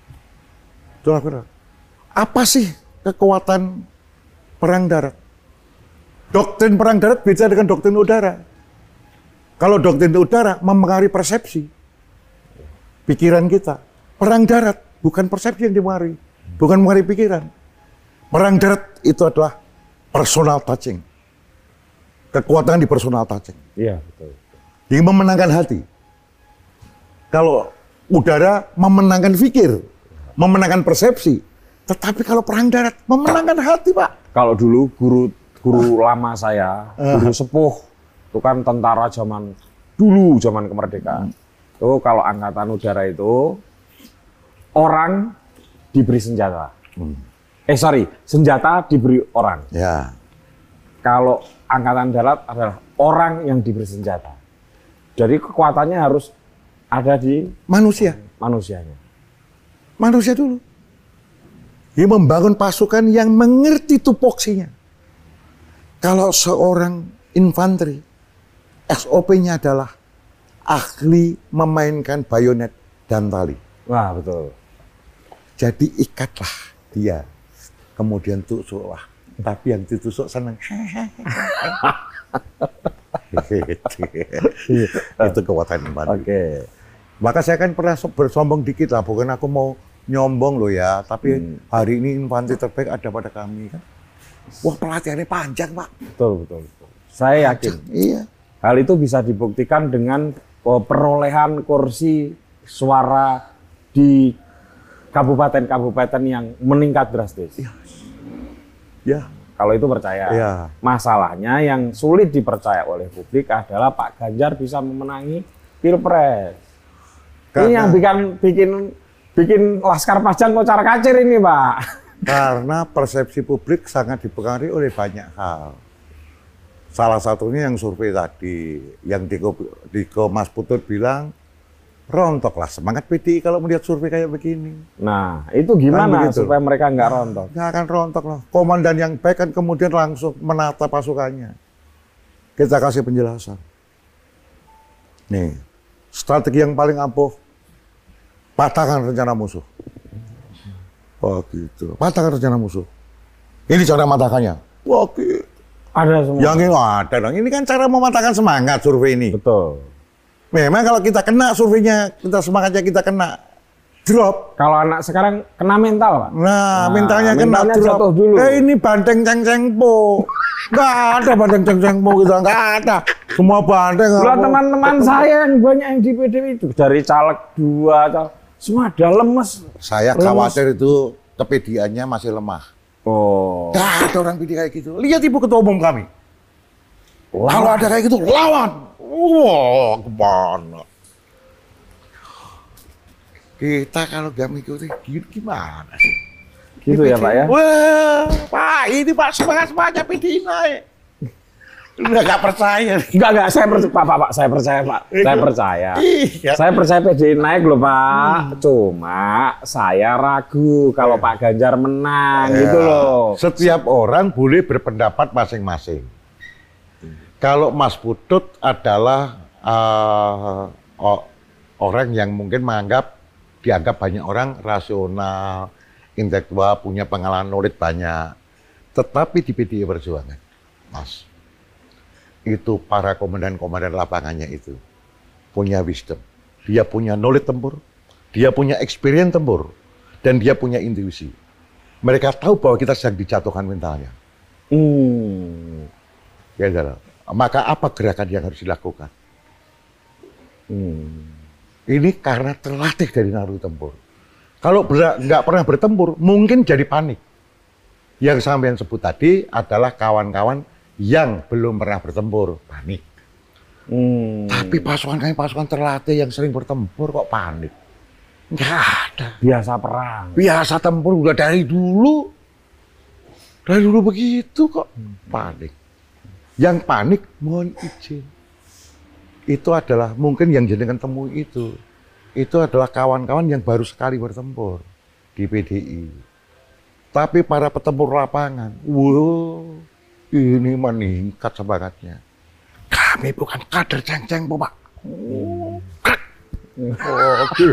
Sudah bergerak. Apa sih kekuatan perang darat? Doktrin perang darat beda dengan doktrin udara. Kalau doktrin udara mempengaruhi persepsi. Pikiran kita. Perang darat bukan persepsi yang dipengaruhi. Bukan mempengaruhi pikiran. Perang darat itu adalah personal touching. Kekuatan di personal touching. Iya, betul. Yang memenangkan hati. Kalau udara memenangkan pikir, memenangkan persepsi. Tetapi kalau perang darat memenangkan hati, Pak. Kalau dulu guru guru uh. lama saya, guru uh. sepuh, itu kan tentara zaman dulu, zaman kemerdekaan. Hmm. Itu kalau angkatan udara itu orang diberi senjata. Hmm. Eh sorry, senjata diberi orang. Ya. Kalau angkatan darat adalah orang yang diberi senjata. Jadi kekuatannya harus ada di manusia. Manusianya. Manusia dulu. Dia membangun pasukan yang mengerti tupoksinya. Kalau seorang infanteri, S O P-nya adalah ahli memainkan bayonet dan tali. Wah, betul. Jadi ikatlah dia. Kemudian tusuklah. Tapi yang ditusuk senang. Itu kekuatan infanteri. Oke. Okay. Maka saya kan pernah bersombong dikit lah. Bukan aku mau nyombong loh ya. Tapi hmm. hari ini infanteri terbaik ada pada kami kan. Wah pelatihannya panjang Pak. Betul, betul, betul. Saya yakin. Panjang, iya. Hal itu bisa dibuktikan dengan perolehan kursi suara di kabupaten-kabupaten yang meningkat drastis. Ya. Ya. Kalau itu percaya. Ya. Masalahnya yang sulit dipercaya oleh publik adalah Pak Ganjar bisa memenangi Pilpres. Karena, ini yang bikin bikin bikin Laskar Pajang kocar kacir ini, Pak. Karena persepsi publik sangat dipengaruhi oleh banyak hal. Salah satunya yang survei tadi, yang Diko, Diko Mas Putut bilang, rontok lah semangat P D I kalau melihat survei kayak begini. Nah, itu gimana Kan supaya mereka nggak rontok? Nggak akan rontok lah. Komandan yang baik kan kemudian langsung menata pasukannya. Kita kasih penjelasan. Nih, strategi yang paling ampuh, patahkan rencana musuh. Oh gitu, patahkan rencana musuh. Ini cara matahkannya. Wah gitu. Ada semua. Yang ini ada dong. Ini kan cara mematahkan semangat survei ini. Betul. Memang kalau kita kena surveinya, kita semangatnya kita kena drop. Kalau anak sekarang kena mental, Pak. Nah, Nah, mentalnya kena mentalnya drop. jatuh dulu. Eh ini banteng ceng ceng po. Nggak ada banteng ceng ceng po gitu, nggak ada. Semua banteng. Lah teman-teman saya yang banyak yang di P D I itu dari caleg dua, caleg, semua ada lemes. Saya Lemes. khawatir itu kepediannya masih lemah. Oh. Nggak ada orang P D I kayak gitu. Lihat ibu ketua umum kami. Lawan. Kalau ada kayak gitu, lawan. Wah, kemana? Kita kalau nggak mengikuti gini gimana sih? Gitu ya Pak ya? Wah, Pak, ini Pak semangat-semangatnya P D I naik. Udah nggak percaya. Enggak, enggak, saya percaya, Pak, Pak, Pak, saya percaya, Pak. Saya percaya. Iya. Saya percaya P D I naik loh, Pak. Cuma saya ragu kalau Pak Ganjar menang, Ya. gitu loh. Setiap orang boleh berpendapat masing-masing. Kalau Mas Putut adalah uh, o- orang yang mungkin menganggap, dianggap banyak orang rasional, intelektual, punya pengalaman knowledge banyak. Tetapi di P D I Perjuangan, Mas, itu para komandan-komandan lapangannya itu punya wisdom. Dia punya knowledge tempur, dia punya experience tempur, dan dia punya intuisi. Mereka tahu bahwa kita sedang dijatuhkan mentalnya. Hmm. Ya, saudara. Maka apa gerakan yang harus dilakukan? Hmm. Ini karena terlatih dari naluri tempur. Kalau ber- nggak pernah bertempur, mungkin jadi panik. Yang sampean sebut tadi adalah kawan-kawan yang belum pernah bertempur, panik. Hmm. Tapi pasukan kami pasukan terlatih yang sering bertempur kok panik? Nggak ada. Biasa perang. Biasa tempur udah dari dulu. Dari dulu begitu kok, panik. Yang panik, mohon izin. Itu adalah mungkin yang jenengan temui itu. Itu adalah kawan-kawan yang baru sekali bertempur di P D I. Tapi para petempur lapangan, wow, ini meningkat semangatnya. Kami bukan kader ceng-ceng, Pak. Oh, oke.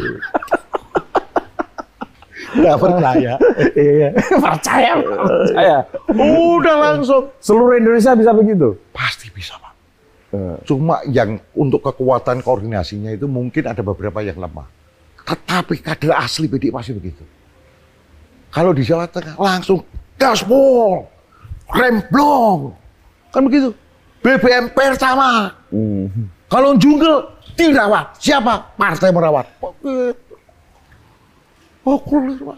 Nggak percaya. Iya. Percaya, percaya. Udah langsung. Seluruh Indonesia bisa begitu? Pasti bisa, Pak. Cuma yang untuk kekuatan koordinasinya itu mungkin ada beberapa yang lemah. Tetapi kader asli P D I pasti begitu. Kalau di Jawa Tengah langsung gaspol, remblong. Kan begitu. B B M pertama. Hmm. Kalau jungle dirawat. Siapa? Partai merawat. Oke. Oh, kulit, Pak.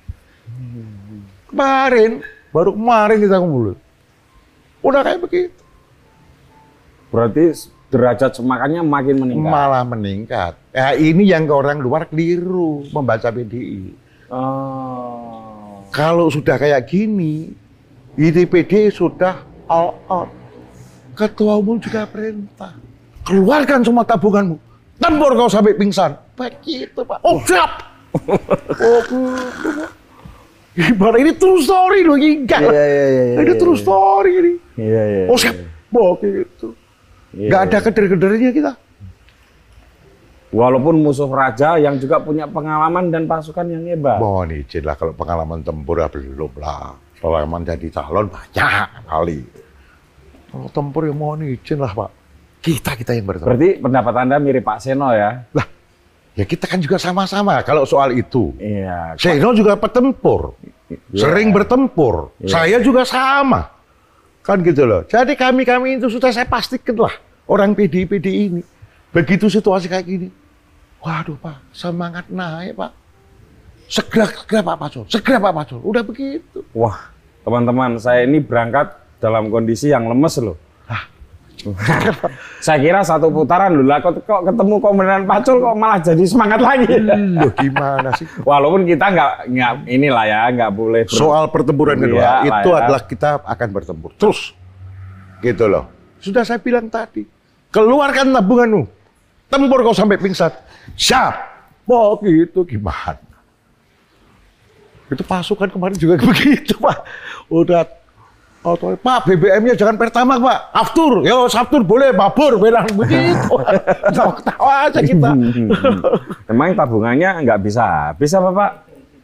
Kemarin, baru kemarin kita ngumpul. Udah kayak begitu. Berarti derajat semangatnya makin meningkat. Malah meningkat. Ya, ini yang ke orang luar keliru membaca P D I. Oh. Kalau sudah kayak gini, ini P D I sudah all out. Ketua umum juga perintah. Keluarkan semua tabunganmu. Tempur kau sampai pingsan. Begitu, Pak. Oh, siap. Oh, ibarat ini true story loh, enggak lah. Iya, iya, iya, Ini iya, true iya. story ini. Iya, iya. Oh, siap. Oh, gitu. Iya, Nggak ada iya. keder-kedernya kita. Walaupun musuh raja yang juga punya pengalaman dan pasukan yang hebat. Mohon izin lah kalau pengalaman tempur ya belum lah. Pengalaman jadi calon banyak kali. Kalau tempur ya mohon izin lah, Pak. Kita-kita yang bertempur. Berarti pendapat Anda mirip Pak Seno ya? Lah, ya kita kan juga sama-sama kalau soal itu. Iya. Seno juga petempur. Iya. Sering bertempur. Iya. Saya juga sama. Kan gitu loh. Jadi kami-kami itu sudah saya pastikan lah. Orang P D I P D I ini. Begitu situasi kayak gini. Waduh, Pak. Semangat naik, Pak. Segera, segera Pak Pacul. Segera Pak Pacul. Udah begitu. Wah, teman-teman, saya ini berangkat dalam kondisi yang lemes loh. Saya kira satu putaran loh, lah kok, kok ketemu komandan Pacul kok malah jadi semangat lagi. Loh, gimana sih? Walaupun kita nggak nggak inilah ya, nggak boleh. ber- Soal pertempuran kedua, Iya, lah itu ya. adalah kita akan bertempur. Terus. Gitu loh. Sudah saya bilang tadi, keluarkan tabunganmu, tempur kau sampai pingsan. Siap. Oh gitu gimana? Itu pasukan kemarin juga begitu Pak. Udah, oh, Pak B B M-nya jangan pertama Pak, aftur, yo aftur boleh, mabur, bilang begitu. Ketawa aja kita. Emang tabungannya nggak bisa, bisa Bapak?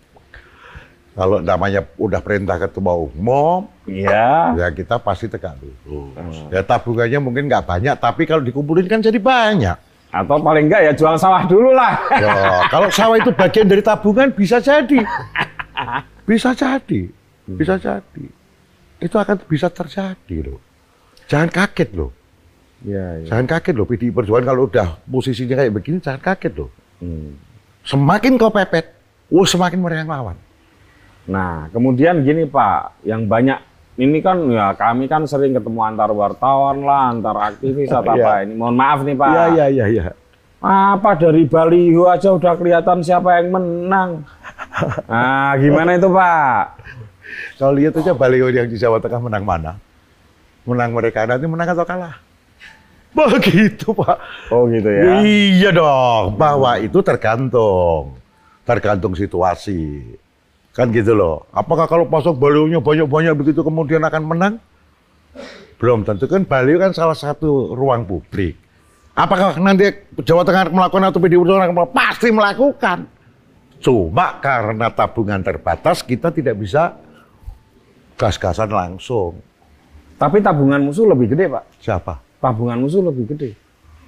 Kalau namanya udah perintah ketua umum, iya, ya kita pasti tegak lurus. Hmm. Ya tabungannya mungkin nggak banyak, tapi kalau dikumpulin kan jadi banyak. Atau paling nggak ya jual sawah dulu lah. Ya, kalau sawah itu bagian dari tabungan bisa jadi. Bisa jadi, bisa jadi. Itu akan bisa terjadi loh. Jangan kaget loh. Ya, ya. Jangan kaget loh, P D I Perjuangan kalau udah posisinya kayak begini, jangan kaget loh. Hmm. Semakin kau pepet, oh semakin mereka lawan. Nah, kemudian gini Pak, yang banyak, ini kan ya kami kan sering ketemu antar wartawan lah, antar aktivis atau apa ini. Mohon maaf nih Pak. Iya, iya, iya. Ya. Apa dari baliho aja udah kelihatan siapa yang menang. Nah, gimana itu Pak? Kalau lihat aja baliho yang di Jawa Tengah menang mana? Menang mereka, nanti menang atau kalah? Begitu Pak. Oh gitu ya? Iya dong, bahwa itu tergantung. Tergantung situasi. Kan gitu loh. Apakah kalau pasok balihonya banyak-banyak begitu kemudian akan menang? Belum tentu, kan baliho kan salah satu ruang publik. Apakah nanti Jawa Tengah melakukan atau P D I Perjuangan melakukan? Pasti melakukan. Cuma karena tabungan terbatas, kita tidak bisa gas-gasan langsung. Tapi tabungan musuh lebih gede Pak. Siapa? Tabungan musuh lebih gede.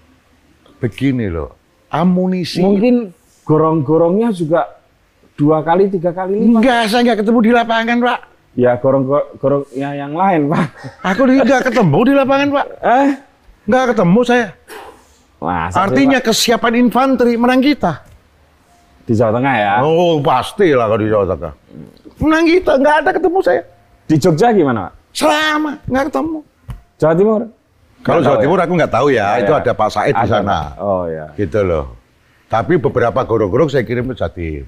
Begini loh, amunisi. Mungkin gorong-gorongnya juga dua kali, tiga kali lipat. Enggak, saya nggak ketemu di lapangan Pak. Ya gorong-gorong ya yang lain Pak. Aku nggak ketemu di lapangan Pak. Eh? Nggak ketemu saya. Wah, artinya Pak, kesiapan infanteri menang kita. Di Jawa Tengah ya? Oh pasti lah kalau di Jawa Tengah. Menang kita, nggak ada ketemu saya. Di Jogja gimana Pak? Selama, nggak ketemu. Jawa Timur? Kalau Jawa Timur ya? Aku nggak tahu ya, ya itu ya. Ada Pak Said ada, di sana. Pak. Oh ya. Gitu loh. Tapi beberapa gorong-gorong saya kirim ke Jatim.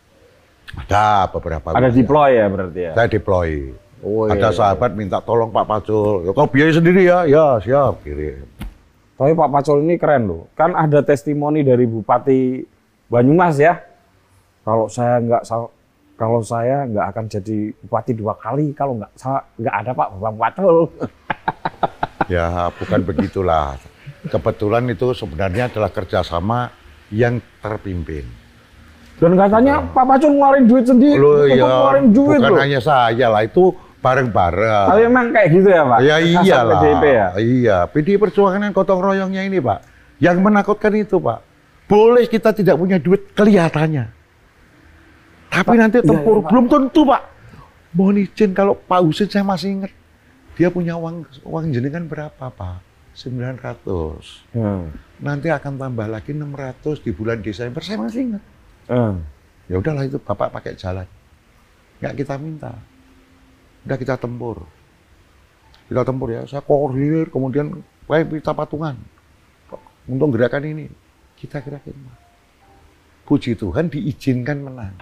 Ada beberapa. Ada deploy ya berarti ya? Saya deploy. Oh, ada iya, sahabat iya. minta tolong Pak Pacul. Ya, kau biaya sendiri ya? Ya siap, kirim. Tapi Pak Pacul ini keren loh. Kan ada testimoni dari Bupati Banyumas ya. Kalau saya nggak kalau saya nggak akan jadi bupati dua kali kalau nggak nggak ada Pak Bambang Pacul. Ya bukan begitulah. Kebetulan itu sebenarnya adalah kerjasama yang terpimpin. Dan katanya Pak Pacul ngeluarin duit sendiri. Loh, ya, ngeluarin duit bukan loh. hanya saya lah, itu bareng-bareng. Tapi memang kayak gitu ya Pak? Ya iyalah. P D I P ya? Iya, P D I Perjuangan gotong royongnya ini Pak. Yang menakutkan itu Pak. Boleh kita tidak punya duit kelihatannya. Tapi Pak, nanti tempur, iya, belum tentu Pak. Mohon izin kalau Pak Husin saya masih ingat. Dia punya uang uang jenengan berapa Pak? sembilan ratus. Hmm. Nanti akan tambah lagi enam ratus di bulan Desember, saya masih ingat. Hmm. Ya udahlah itu Bapak pakai jalan. Nggak kita minta. Udah kita tempur. Kita tempur ya, saya koordinir, kemudian baik kita patungan. Untuk gerakan ini, kita gerakin. Puji Tuhan diizinkan menang.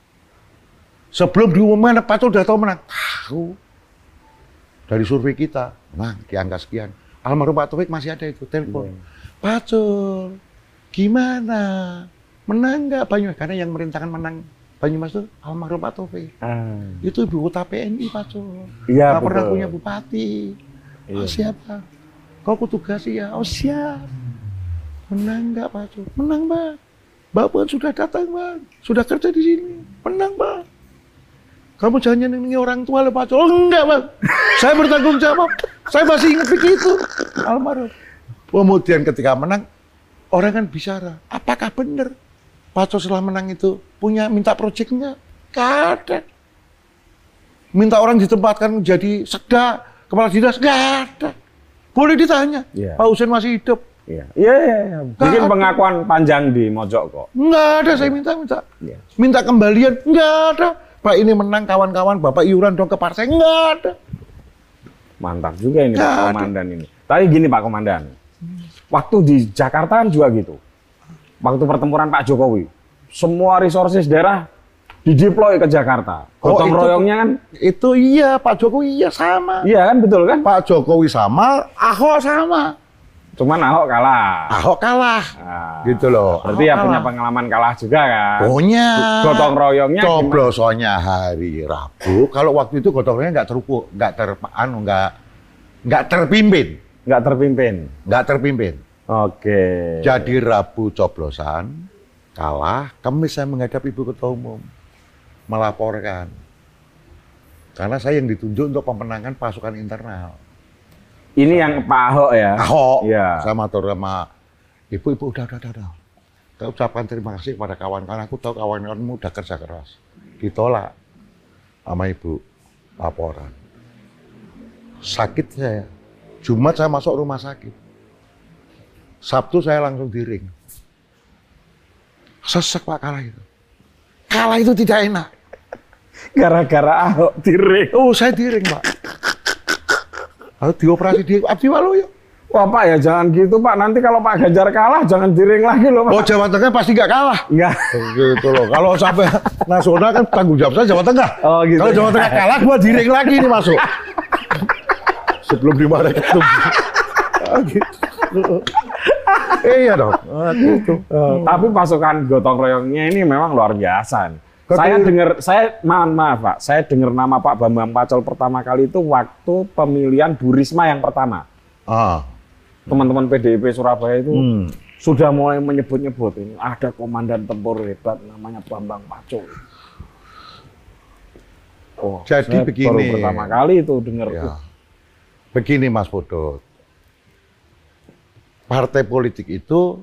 Sebelum diumumkan Pak Pacul udah tahu menang. Tahu. Dari survei kita, menang di angka sekian. Almarhum Pak Taufik masih ada itu, telepon. Yeah. Pacul, gimana? Menang nggak Banyumas? Karena yang merintahkan menang Banyumas itu almarhum Pak Taufik. Hmm. Itu ibu kota P N I Pacul. Iya, nggak pernah punya bupati. Iya. Oh, siapa? Kau kutugasi ya? Oh siap. Menang nggak Pacul? Menang Bang. Bapak sudah datang Bang. Sudah kerja di sini. Menang Bang. Kamu jangan nyenengi orang tua loh Pacul. Oh enggak Bang. Saya bertanggung jawab. Saya masih ingat begitu. Almarhum. Kemudian ketika menang, orang kan bicara. Apakah benar Pacul setelah menang itu punya minta proyeknya? Gak ada. Minta orang ditempatkan jadi sekda, kepala dinas, gak ada. Boleh ditanya. Yeah. Pak Husin masih hidup. Iya, iya, iya. Bikin pengakuan panjang di Mojok kok. Nggak ada, saya minta-minta. Yeah. Minta kembalian, nggak ada. Pak ini menang kawan-kawan, Bapak iuran dong ke partai, nggak ada. Mantap juga ini Pak Komandan ini. Tapi gini Pak Komandan, waktu di Jakarta kan juga gitu. Waktu pertempuran Pak Jokowi, semua resources daerah dideploy ke Jakarta. Oh, Gotong itu- royongnya kan? Itu iya, Pak Jokowi iya sama. Iya kan, betul kan? Pak Jokowi sama, Ahok sama. Cuman Ahok kalah. Ahok kalah. Nah, Gitu loh. Berarti Ahok ya punya kalah. pengalaman kalah juga kan? Punya. Gotong royongnya gimana? Coblosonnya hari Rabu. Kalau waktu itu gotong royongnya nggak terukur, nggak ter, anu, nggak nggak terpimpin, Nggak terpimpin. nggak terpimpin. Oke. Jadi Rabu coblosan, kalah. Kamis saya menghadap Ibu Ketua Umum, melaporkan. Karena saya yang ditunjuk untuk pemenangan pasukan internal. Ini yang Pak Ahok ya? Ahok, Iya. saya matur sama Ibu, Ibu udah, udah, udah, udah. Saya ucapkan terima kasih kepada kawan-kawan. Aku tahu kawan-kawanmu udah kerja keras. Ditolak sama Ibu laporan. Sakit saya. Jumat saya masuk rumah sakit. Sabtu saya langsung diring. Sesek Pak kalah itu. Kalah itu tidak enak. Gara-gara Ahok diring. Oh saya diring Pak. Lalu dioperasi di Abdi Waluyo. Wah Pak ya jangan gitu Pak. Nanti kalau Pak Ganjar kalah jangan diring lagi loh Pak. Oh Jawa Tengah pasti nggak kalah. Enggak. Gitu loh. Kalau sampai nasional kan tanggung jawab saya Jawa Tengah. Oh, gitu. Kalau Jawa Tengah kalah, gua diring lagi nih masuk. Sebelum dimarahin ketum. Ah, gitu. Iya dong. Ah, gitu. Eh, Tapi pasukan gotong royongnya ini memang luar biasa. nih. Gotong- Saya dengar, saya maaf, maaf Pak, saya dengar nama Pak Bambang Pacul pertama kali itu waktu pemilihan Bu Risma yang pertama. Ah. Teman-teman P D I P Surabaya itu Hmm. sudah mulai menyebut-nyebut ini ada komandan tempur hebat namanya Bambang Pacul. Oh, Jadi saya begini. baru pertama kali itu dengar. Ya. Begini Mas Podot. Partai politik itu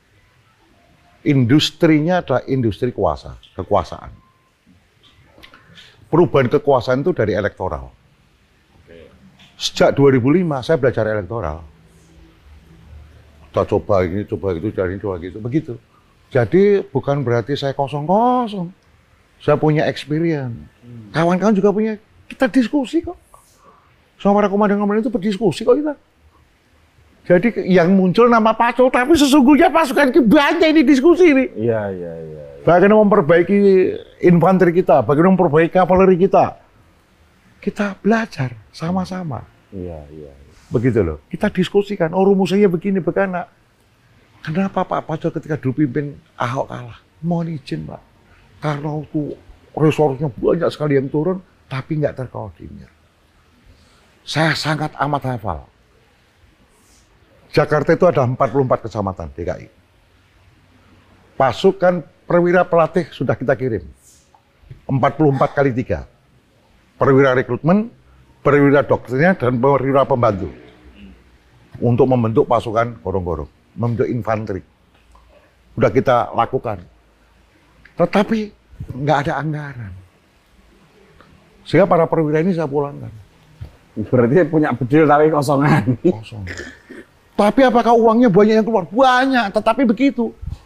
industrinya adalah industri kuasa, kekuasaan. Perubahan kekuasaan itu dari elektoral. Sejak dua ribu lima saya belajar elektoral. Kita coba ini, coba itu, cari ini, coba gitu, begitu. Jadi bukan berarti saya kosong-kosong. Saya punya experience. Kawan-kawan juga punya. Kita diskusi kok. Sama para komandan-komandan itu berdiskusi kok kita. Jadi yang muncul nama Pacul, tapi sesungguhnya pasukan banyak ini diskusi ini. Iya, iya, iya. Bagaimana memperbaiki infanteri kita, bagaimana memperbaiki kavaleri kita. Kita belajar sama-sama. Iya, iya. Begitu loh. Kita diskusikan, oh rumusnya begini, begana. Kenapa Pak Pacul ketika dulu pimpin Ahok kalah? Mohon izin Pak. Karena itu resource-nya banyak sekali yang turun, tapi nggak terkoordinir. Saya sangat amat hafal. Jakarta itu ada empat puluh empat kecamatan D K I. Pasukan perwira pelatih sudah kita kirim. empat puluh empat kali tiga. Perwira rekrutmen, perwira doktrinnya, dan perwira pembantu. Untuk membentuk pasukan gorong-gorong. Membentuk infanteri. Sudah kita lakukan. Tetapi nggak ada anggaran. Sehingga para perwira ini saya pulangkan. Berarti punya bedil tapi kosongan. Kosong. Tapi apakah uangnya banyak yang keluar? Banyak, tetapi begitu.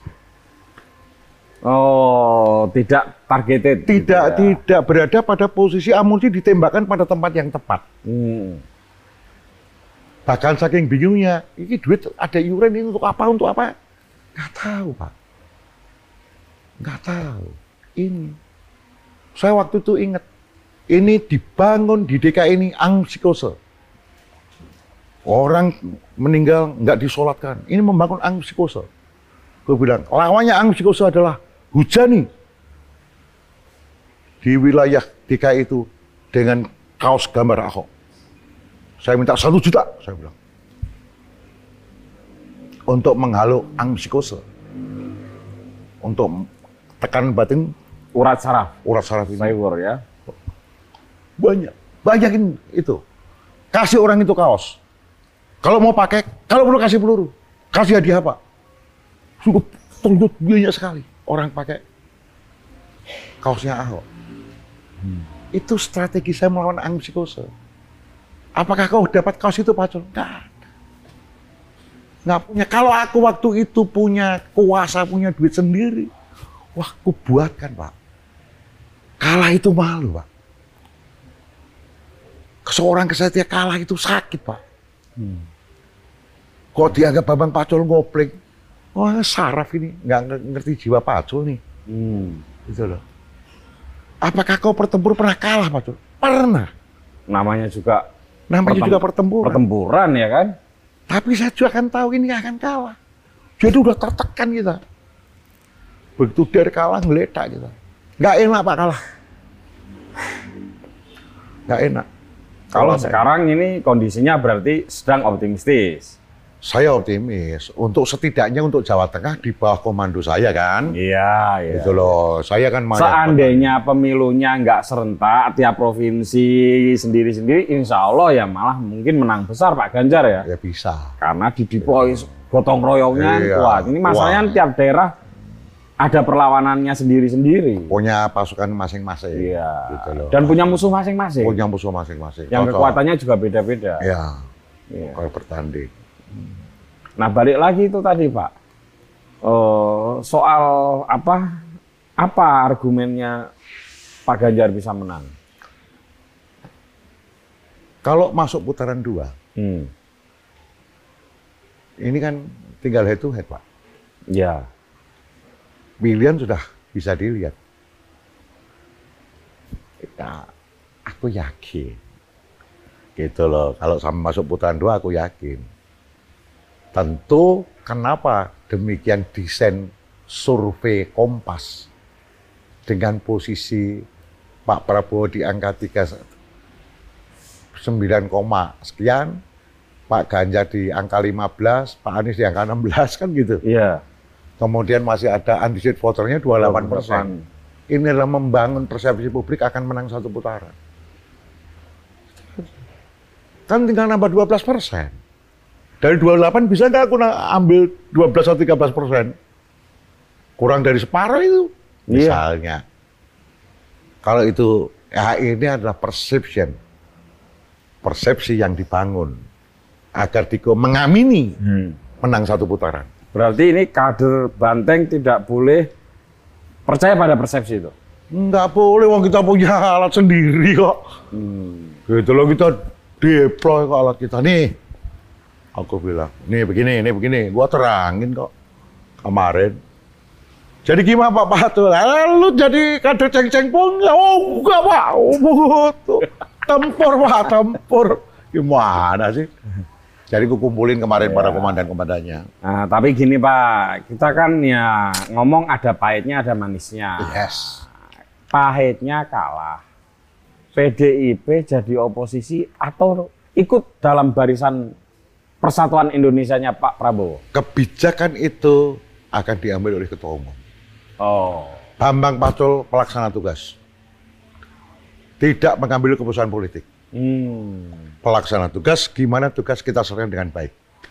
Oh, tidak targeted. Tidak, gitu ya. tidak berada pada posisi amunisi ditembakkan pada tempat yang tepat. Hmm. Bahkan saking bingungnya, ini duit ada iuran ini untuk apa, untuk apa? Nggak tahu, Pak. Nggak tahu. Ini. Saya waktu itu ingat, ini dibangun di D K I ini angsikose. Orang meninggal nggak disolatkan. Ini membangun angsikose. Gue bilang, lawannya angsikose adalah hujani di wilayah D K I itu dengan kaos gambar Ahok. Saya minta satu juta, saya bilang. Untuk menghalau angsikose. Untuk tekanan batin, Urat saraf, urat saraf ini. cyber ya. Banyak. Banyakin itu. Kasih orang itu kaos. Kalau mau pakai, kalau perlu kasih peluru. Kasih hadiah apa? Cukup tunggu banyak sekali orang pakai kaosnya Ahok. Hmm. Itu strategi saya melawan angsikose. Apakah kau dapat kaos itu, Pacul? Nggak ada. Nggak punya. Kalau aku waktu itu punya kuasa, punya duit sendiri, wah, aku buatkan, Pak. Kalah itu malu, Pak. Seorang kesatria kalah itu sakit, Pak. Hmm. Kok dianggap Bambang Pacul ngopling? Wah, saraf ini. Nggak ngerti jiwa Pacul nih. Hmm. Gitu loh. Apakah kau bertempur pernah kalah, Pak Cul? Pernah. Namanya juga Namanya pertem- juga pertempuran. pertempuran ya kan? Tapi saya juga akan tahu ini akan kalah. Jadi udah tertekan kita. Begitu dari kalah ngeledak kita. Nggak enak Pak kalah. Nggak enak. Kalau Kalah, sekarang ini kondisinya berarti sedang optimistis. saya optimis untuk setidaknya untuk Jawa Tengah di bawah komando saya kan. Iya, iya. Itu loh. Saya kan mau- Seandainya pemilunya nggak serentak, tiap provinsi sendiri-sendiri, insya Allah ya malah mungkin menang besar Pak Ganjar ya. ya bisa. Karena di deploy gotong royongnya Iya. kuat. Ini masalahnya Wah. tiap daerah ada perlawanannya sendiri-sendiri. Punya pasukan masing-masing. Iya. Gitu loh. Dan punya musuh masing-masing. Punya musuh masing-masing. Yang Cocok. kekuatannya juga beda-beda. Ya. Iya. Kalau bertanding. Nah balik lagi itu tadi Pak, Eh, soal apa apa argumennya Pak Ganjar bisa menang? Kalau masuk putaran dua, Hmm. ini kan tinggal head to head Pak. Ya, Pilihan sudah bisa dilihat. Ya, aku yakin. Gitu loh. Kalau sampai masuk putaran dua, aku yakin. Tentu kenapa demikian desain survei Kompas dengan posisi Pak Prabowo di angka tiga puluh sembilan, sekian, Pak Ganjar di angka lima belas, Pak Anies di angka enam belas kan gitu. iya. Kemudian masih ada undecided voternya dua puluh delapan persen. Ini adalah membangun persepsi publik akan menang satu putaran. Kan tinggal nambah dua belas persen. Dari dua puluh delapan bisa nggak aku na- ambil dua belas atau tiga belas persen? Kurang dari separuh itu. Iya. Misalnya. Kalau itu, ya ini adalah perception. Persepsi yang dibangun. Agar Diko mengamini Hmm. menang satu putaran. Berarti ini kader Banteng tidak boleh percaya pada persepsi itu. Nggak boleh, wong kita punya alat sendiri kok. Hmm. Gitu loh, kita deploy ke alat kita. Nih, aku bilang, nih begini, nih begini. Gua terangin kok kemarin. Jadi gimana Pak Patul? Lu jadi kader ceng-ceng pun? Oh enggak Pak, oh begitu. Tempur Pak, tempur. Gimana sih? Jadi aku kumpulin kemarin para komandan-komandannya. Nah, tapi gini Pak, kita kan ya ngomong ada pahitnya, ada manisnya. Yes. Pahitnya kalah. P D I P jadi oposisi atau ikut dalam barisan Persatuan Indonesianya Pak Prabowo. Kebijakan itu akan diambil oleh Ketua Umum. Oh. Bambang Pacul pelaksana tugas. Tidak mengambil keputusan politik. Hmm. Pelaksana tugas, gimana tugas kita selesaikan dengan baik.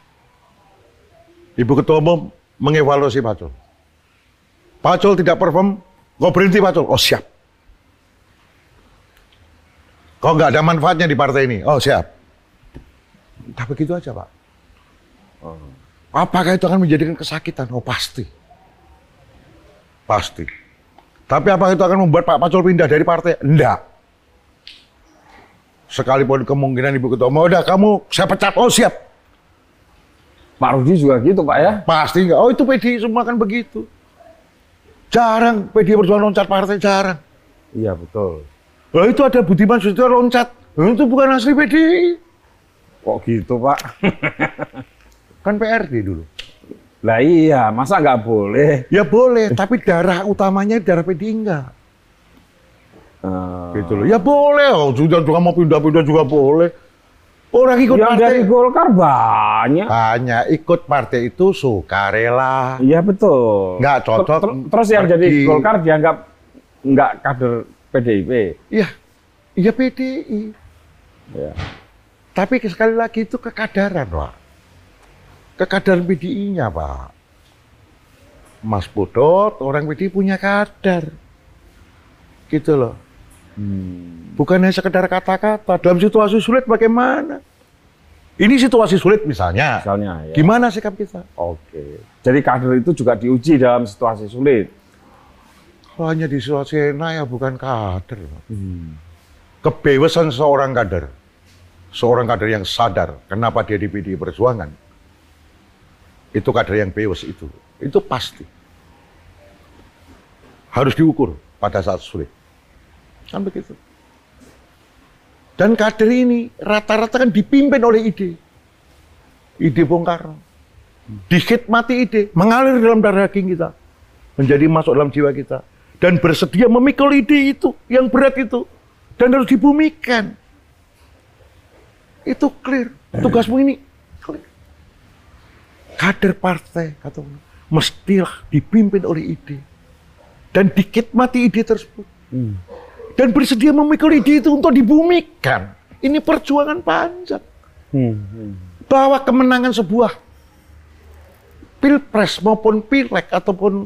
Ibu Ketua Umum mengevaluasi Pacul. Pacul tidak perform, kau berhenti Pacul. Oh siap. Kau nggak ada manfaatnya di partai ini. Oh siap. Tak begitu aja Pak. Apakah itu akan menjadikan kesakitan? Oh pasti. Pasti. Tapi apakah itu akan membuat Pak Pacul pindah dari partai? Enggak. Sekalipun kemungkinan Ibu Ketua Umum, udah kamu saya pecat, oh siap. Pak Rudi juga gitu Pak ya? Pasti enggak, oh itu P D I semua kan begitu. Jarang P D I Perjuangan loncat partai, jarang. Iya betul. Oh itu ada Budiman Sujatmiko loncat, oh, itu bukan asli P D I. Kok gitu Pak? Kan P R D dulu. Lah iya, masa nggak boleh? Ya boleh, tapi darah utamanya darah P D I enggak. Uh, Gitu loh. Ya boleh, oh, sudah juga mau pindah-pindah juga boleh. Orang ikut yang partai dari Golkar banyak. banyak, ikut partai itu sukarela. Iya betul. Nggak cocok. Ter- ter- Terus yang jadi pergi. Golkar dianggap nggak kader P D I P. Iya, iya P D I. Ya. Tapi sekali lagi itu kekadaran, Pak. Kekadaran P D I-nya, Pak. Mas Pudot, orang P D I punya kadar. Gitu loh. Hmm. Bukan hanya sekedar kata-kata. Dalam situasi sulit bagaimana? Ini situasi sulit misalnya. Misalnya ya. Gimana sikap kita? Oke. Jadi kader itu juga diuji dalam situasi sulit. Kalau hanya di situasi enak ya bukan kader. Pak. Hmm. Kebebasan seorang kader. Seorang kader yang sadar kenapa dia di P D I Perjuangan. Itu kader yang bebas itu. Itu pasti. Harus diukur pada saat sulit. Kan begitu. Dan kader ini rata-rata kan dipimpin oleh ide. Ide Bung Karno. Dikhidmati ide, mengalir dalam darah daging kita. Menjadi masuk dalam jiwa kita. Dan bersedia memikul ide itu, yang berat itu. Dan harus dibumikan. Itu clear. Tugasmu ini clear. Kader partai, kata mestilah dipimpin oleh ide. Dan dikhidmati ide tersebut. Hmm. Dan bersedia memikul ide itu untuk dibumikan. Ini perjuangan panjang. Hmm. Hmm. Bahwa kemenangan sebuah pilpres maupun pileg ataupun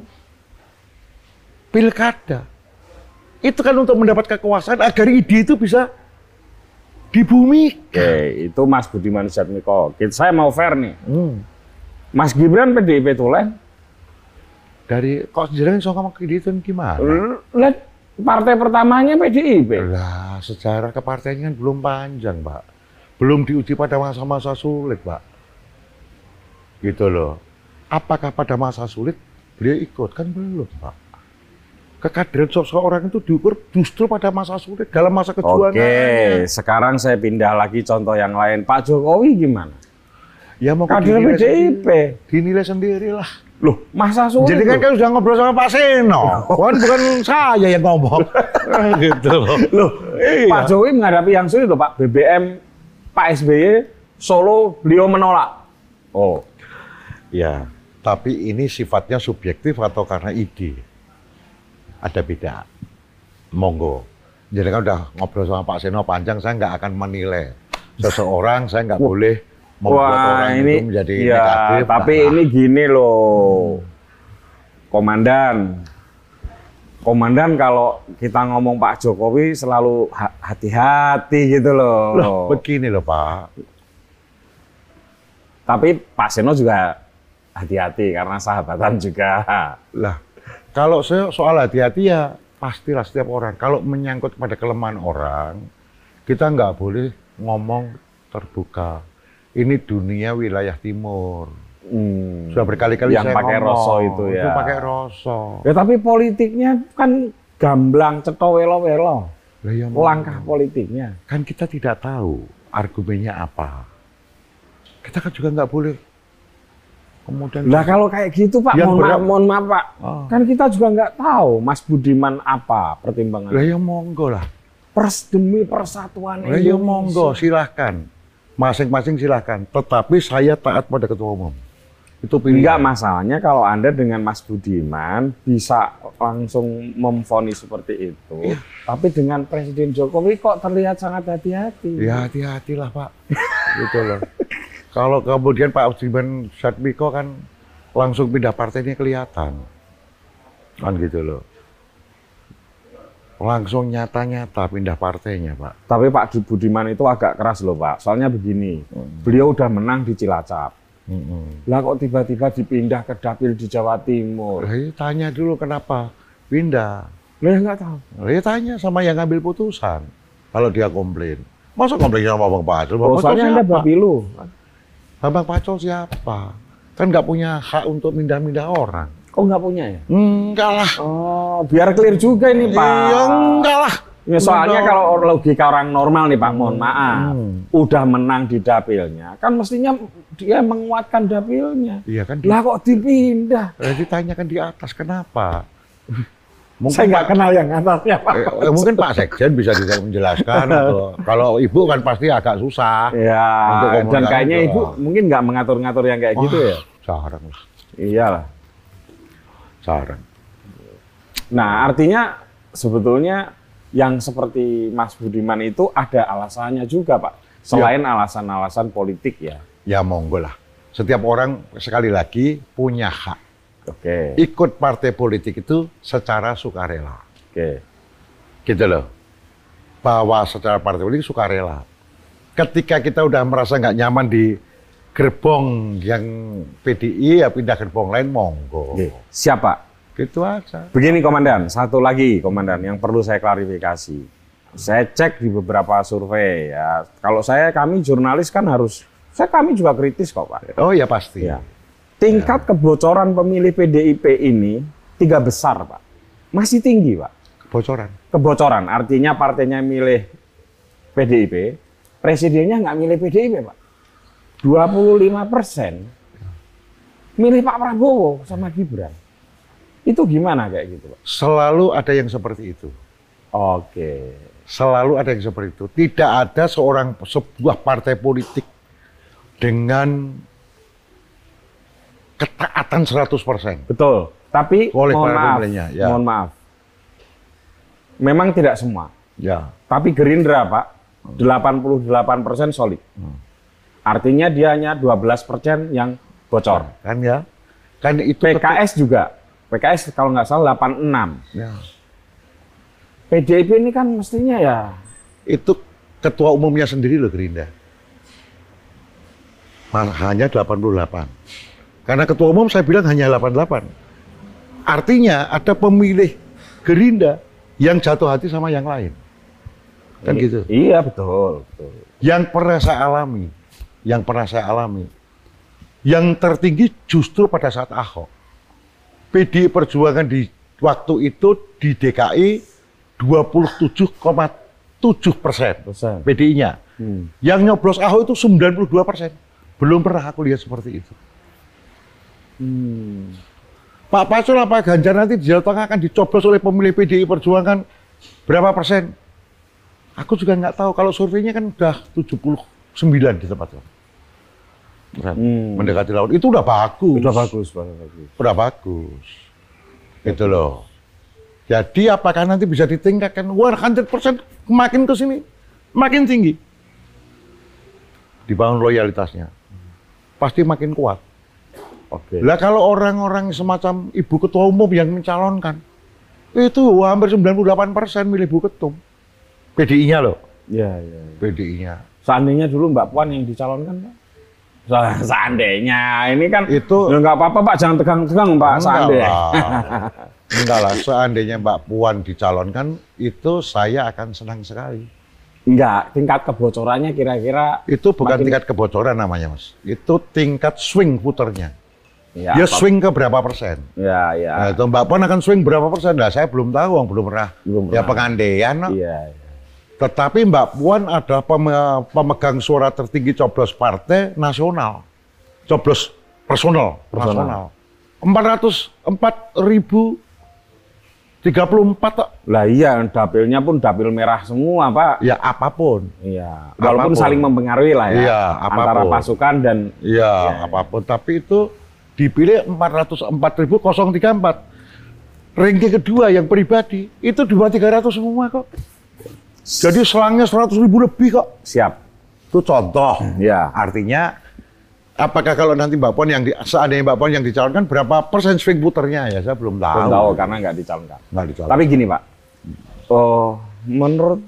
pilkada itu kan untuk mendapat kekuasaan agar ide itu bisa dibumikan. Oke, itu Mas Budiman Sujatmiko. Saya mau fair nih. Hmm. Mas Gibran P D I P Tulen. Dari kok sejarahnya soal P D I P itu gimana? Lihat partai pertamanya P D I P. Lah, sejarah kepartainya kan belum panjang, Pak. Belum diuji pada masa-masa sulit, Pak. Gitu loh. Apakah pada masa sulit beliau ikut? Kan belum, Pak. Kekaderan seseorang itu diukur justru pada masa sulit, dalam masa kejuangan. Oke, sekarang saya pindah lagi contoh yang lain. Pak Jokowi gimana? Ya mau kader P D I P. Dinilai sendirilah. Loh, masa sulit? Jadi kan kan sudah ngobrol sama Pak Seno. Bukan bukan saya yang ngomong. Gitu loh. Loh, iya. Pak Jokowi menghadapi yang sulit loh, Pak. B B M Pak S B Y Solo beliau menolak. Oh. Ya, tapi ini sifatnya subjektif atau karena ide? Ada beda. Monggo. Jadi kan udah ngobrol sama Pak Seno panjang, saya nggak akan menilai seseorang, saya nggak boleh membuat Wah, orang ini, itu menjadi ya, negatif. Tapi nah. ini gini loh, Komandan. Komandan kalau kita ngomong Pak Jokowi selalu hati-hati gitu loh. Loh, begini loh Pak. Tapi Pak Seno juga hati-hati karena sahabatan juga. Lah, kalau saya soal hati-hati ya pastilah setiap orang. Kalau menyangkut pada kelemahan orang, kita nggak boleh ngomong terbuka. Ini dunia wilayah timur. Hmm. Sudah berkali-kali yang saya pakai ngomong. Roso itu ya. Itu pakai Roso. Ya tapi politiknya kan gamblang, cetha welo-welo. Ya, langkah politiknya. Kan kita tidak tahu argumennya apa. Kita kan juga nggak boleh. Kemudian. Lah kalau kayak gitu Pak, mohon maaf, mohon maaf Pak. Oh. Kan kita juga nggak tahu Mas Budiman apa pertimbangannya. Lah ya monggo lah. Pers demi persatuan Lah ya monggo, silahkan. Masing-masing silahkan. Tetapi saya taat pada ketua umum. Itu pilihan. Enggak, masalahnya kalau Anda dengan Mas Budiman bisa langsung memvonis seperti itu. Ya. Tapi dengan Presiden Jokowi kok terlihat sangat hati-hati. Ya hati-hatilah Pak. Gitu loh. Kalau kemudian Pak Budiman Sujatmiko kan langsung pindah partainya kelihatan. Kan gitu loh. Langsung nyata-nyata pindah partainya Pak. Tapi Pak Budiman itu agak keras loh Pak. Soalnya begini, hmm. beliau udah menang di Cilacap. Hmm. Lah kok tiba-tiba dipindah ke dapil di Jawa Timur? Lah ya tanya dulu kenapa pindah. Lah ya nggak tahu. Lah ya tanya sama yang ngambil putusan. Kalau dia komplain. Masa komplain sama Bang Pacul? Oh, soalnya Anda Bapilu. Bang Pacul siapa? Kan nggak punya hak untuk mindah-mindah orang. Oh nggak punya ya? Enggak lah. Oh biar clear juga ini Pak. Iya enggak lah. Ya, soalnya enggak. Kalau logika orang normal nih Pak, mohon maaf, hmm. udah menang di dapilnya, kan mestinya dia menguatkan dapilnya. Iya kan. Lah kok dipindah? Eh, ditanyakan di atas kenapa? Mungkin saya nggak kenal yang atasnya Pak. Eh, mungkin Pak Sekjen bisa menjelaskan. Atau, kalau Ibu kan pasti agak susah. Ya. Dan kayaknya itu. Ibu mungkin nggak mengatur-ngatur yang kayak Wah, gitu ya. Jarang lah. Iyalah. Jarang. Nah, artinya sebetulnya yang seperti Mas Budiman itu ada alasannya juga, Pak. Selain ya. alasan-alasan politik ya. Ya monggo lah. Setiap orang sekali lagi punya hak. Oke. Ikut partai politik itu secara sukarela. Oke. Gitu loh. Bahwa secara partai politik sukarela. Ketika kita udah merasa nggak nyaman di gerbong yang P D I, ya pindah gerbong lain, monggo. Oke. Siapa? Gitu aja. Begini Komandan, satu lagi Komandan yang perlu saya klarifikasi. Saya cek di beberapa survei ya. Kalau saya, kami jurnalis kan harus, saya kami juga kritis kok Pak. Oh ya pasti. Ya. Tingkat ya. kebocoran pemilih P D I P ini tiga besar Pak. Masih tinggi Pak. Bocoran. Kebocoran, artinya partainya milih P D I P, presidennya nggak milih P D I P, Pak. dua puluh lima persen milih Pak Prabowo sama Gibran. Itu gimana kayak gitu, Pak? Selalu ada yang seperti itu. Oke. Selalu ada yang seperti itu. Tidak ada seorang sebuah partai politik dengan ketaatan seratus persen. Betul. Tapi Oleh mohon para maaf, pemilihnya, ya. mohon maaf. Memang tidak semua. Ya. Tapi Gerindra, Pak, delapan puluh delapan persen solid. Hmm. Artinya dia hanya dua belas persen yang bocor. Kan ya. Kan itu P K S juga. P K S kalau nggak salah delapan puluh enam. Ya. P D I P ini kan mestinya ya. Itu ketua umumnya sendiri loh Gerindra. Hanya delapan puluh delapan. Karena ketua umum saya bilang hanya delapan puluh delapan. Artinya ada pemilih Gerindra yang jatuh hati sama yang lain. Kan I gitu. Iya, betul, betul. Yang pernah saya alami, yang pernah saya alami, yang tertinggi justru pada saat Ahok. P D I Perjuangan di waktu itu di D K I dua puluh tujuh koma tujuh persen P D I-nya. Hmm. Yang nyoblos Ahok itu sembilan puluh dua persen. Belum pernah aku lihat seperti itu. Hmm. Pak Pacul apa Ganjar nanti di Jawa Tengah akan dicoblos oleh pemilih P D I Perjuangan berapa persen? Aku juga nggak tahu. Kalau surveinya kan udah tujuh puluh sembilan di tempat itu. Hmm. Mendekati laut. Itu udah bagus. Udah bagus, bagus. Udah bagus. Gitu loh. Jadi apakah nanti bisa ditingkatkan seratus persen makin ke sini, makin tinggi. Dibangun loyalitasnya. Pasti makin kuat. Oke. Lah kalau orang-orang semacam Ibu Ketua Umum yang mencalonkan, itu hampir sembilan puluh delapan persen milih Bu Ketum. P D I-nya loh. Iya, iya. P D I-nya. Seandainya dulu Mbak Puan yang dicalonkan, Pak. Seandainya, ini kan itu ya nggak apa-apa Pak, jangan tegang-tegang Pak. Seandainya. Enggak lah, seandainya Mbak Puan dicalonkan, itu saya akan senang sekali. Enggak, tingkat kebocorannya kira-kira... Itu bukan makin... tingkat kebocoran namanya, Mas. Itu tingkat swing puternya. Ya, dia apa... swing ke berapa persen. Ya, ya. Nah, itu Mbak Puan akan swing berapa persen? Nah, saya belum tahu, belum pernah. Belum ya pernah. pengandaian. No? Iya, iya. Tetapi Mbak Puan adalah pemegang suara tertinggi coblos partai nasional. Coblos personal, personal. nasional. empat ratus empat ribu tiga puluh empat kok. Lah iya, dapilnya pun dapil merah semua, Pak. Ya apapun. Iya. Walaupun apapun. saling mempengaruhi lah ya. Iya, antara apapun. pasukan dan Iya, ya, apapun. Tapi itu dipilih empat ratus empat ribu tiga puluh empat. Ranking kedua yang pribadi itu dua tiga ratus semua kok. Jadi selangnya seratus ribu lebih kok. Siap. Itu contoh. Ya. Artinya apakah kalau nanti Mbak Puan yang di, seandainya Mbak Puan yang dicalonkan berapa persen swing puternya ya saya belum tahu. Belum tahu karena nggak dicalonkan. Nggak dicalonkan. Tapi gini Pak, oh, menurut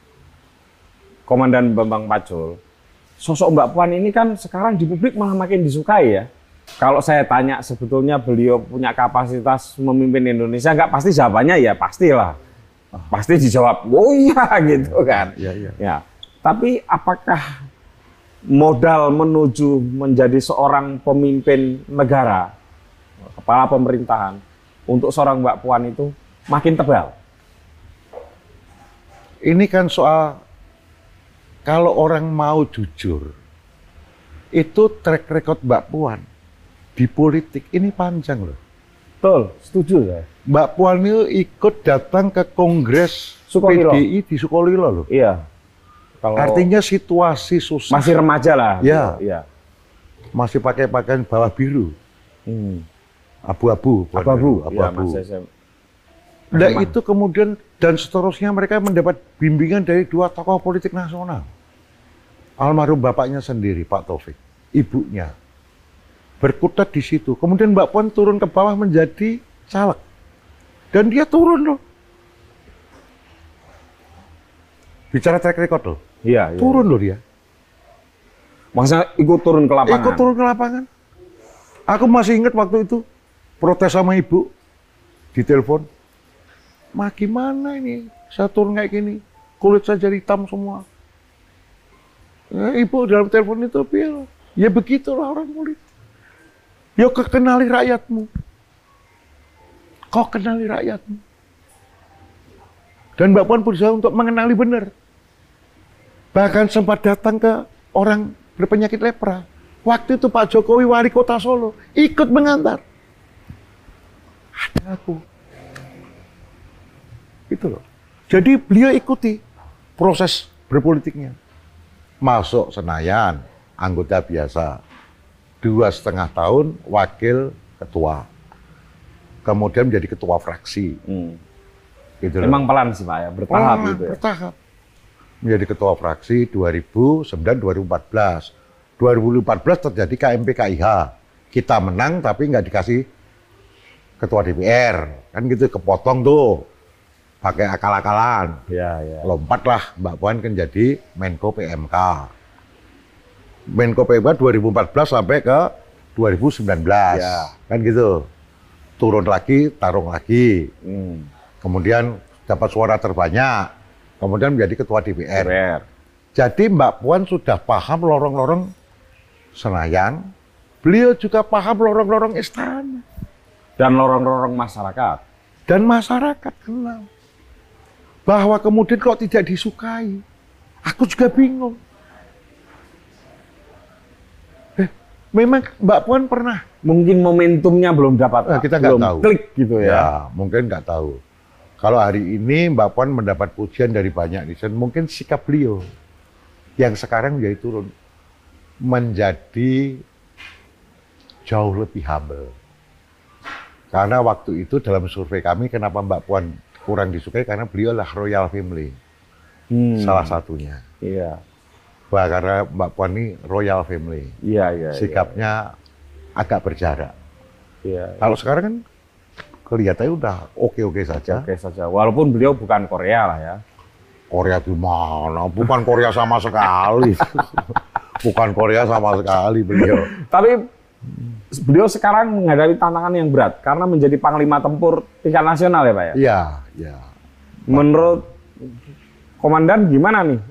Komandan Bambang Pacul, sosok Mbak Puan ini kan sekarang di publik malah makin disukai ya. Kalau saya tanya sebetulnya beliau punya kapasitas memimpin Indonesia, nggak pasti jawabannya ya pastilah. Pasti dijawab, oh iya gitu kan. Ya, ya. Ya. Tapi apakah modal menuju menjadi seorang pemimpin negara, kepala pemerintahan, untuk seorang Mbak Puan itu makin tebal? Ini kan soal kalau orang mau jujur, itu track record Mbak Puan di politik ini panjang loh. Betul, setuju saya. Mbak Puan itu ikut datang ke Kongres Sukolilo. P D I di Sukolilo loh. Iya. Kalau artinya situasi susah. masih remaja lah. Ya. Iya. Masih pakai pakaian bawah biru. Hmm. Abu-abu. Abu-abu. Abu-abu. Ya, nah itu kemudian dan seterusnya mereka mendapat bimbingan dari dua tokoh politik nasional. Almarhum bapaknya sendiri, Pak Taufik. Ibunya. Berkutat di situ. Kemudian Mbak Puan turun ke bawah menjadi caleg. Dan dia turun loh. Bicara track record loh. Iya, iya. Turun loh dia. Maksudnya ikut turun ke lapangan. Ikut turun ke lapangan. Aku masih ingat waktu itu protes sama ibu di telepon. Ma gimana ini? Saya turun kayak gini. Kulit saya jadi hitam semua. Ya, ibu dalam telepon itu biar ya begitulah orang politik. Yo kenali rakyatmu. Kau kenali rakyatmu. Dan Mbak Puan berusaha untuk mengenali benar. Bahkan sempat datang ke orang berpenyakit lepra. Waktu itu Pak Jokowi wali kota Solo ikut mengantar. Ada aku. Itu loh. Jadi beliau ikuti proses berpolitiknya. Masuk Senayan, anggota biasa. Dua setengah tahun wakil ketua. Kemudian menjadi ketua fraksi. Hmm. Gitu Memang pelan sih Pak ya, bertahap pelan, gitu ya. Bertahap. Menjadi ketua fraksi dua ribu sembilan dua ribu empat belas. dua ribu empat belas terjadi K M P K I H. Kita menang tapi nggak dikasih ketua D P R. Kan gitu, kepotong tuh. Pakai akal-akalan. Ya, ya. Lompatlah Mbak Puan kan jadi Menko P M K. Menko P M K dua ribu empat belas sampai ke dua ribu sembilan belas. Ya. Kan gitu. Turun lagi, tarung lagi. Hmm. Kemudian dapat suara terbanyak. Kemudian menjadi ketua D P R. D P R. Jadi Mbak Puan sudah paham lorong-lorong Senayan. Beliau juga paham lorong-lorong istana. Dan lorong-lorong masyarakat. Dan masyarakat kenal. Bahwa kemudian kok tidak disukai. Aku juga bingung. Eh, memang Mbak Puan pernah. Mungkin momentumnya belum dapat. Nah, kita nggak tahu. Klik gitu ya. Ya, mungkin nggak tahu. Kalau hari ini Mbak Puan mendapat pujian dari banyak netizen, mungkin sikap beliau yang sekarang menjadi turun. Menjadi jauh lebih humble. Karena waktu itu dalam survei kami, kenapa Mbak Puan kurang disukai? Karena beliau adalah royal family. Hmm. Salah satunya. Iya. Bah, karena Mbak Puan ini royal family. Iya, iya. Sikapnya iya. agak berjarak. Iya. Kalau sekarang kan kelihatannya udah oke-oke saja. Oke saja. Walaupun beliau bukan Korea lah ya. Korea di mana? Bukan Korea sama sekali. Bukan Korea sama sekali beliau. Tapi beliau sekarang menghadapi tantangan yang berat karena menjadi panglima tempur tingkat nasional ya Pak ya? Iya, iya. Menurut komandan gimana nih?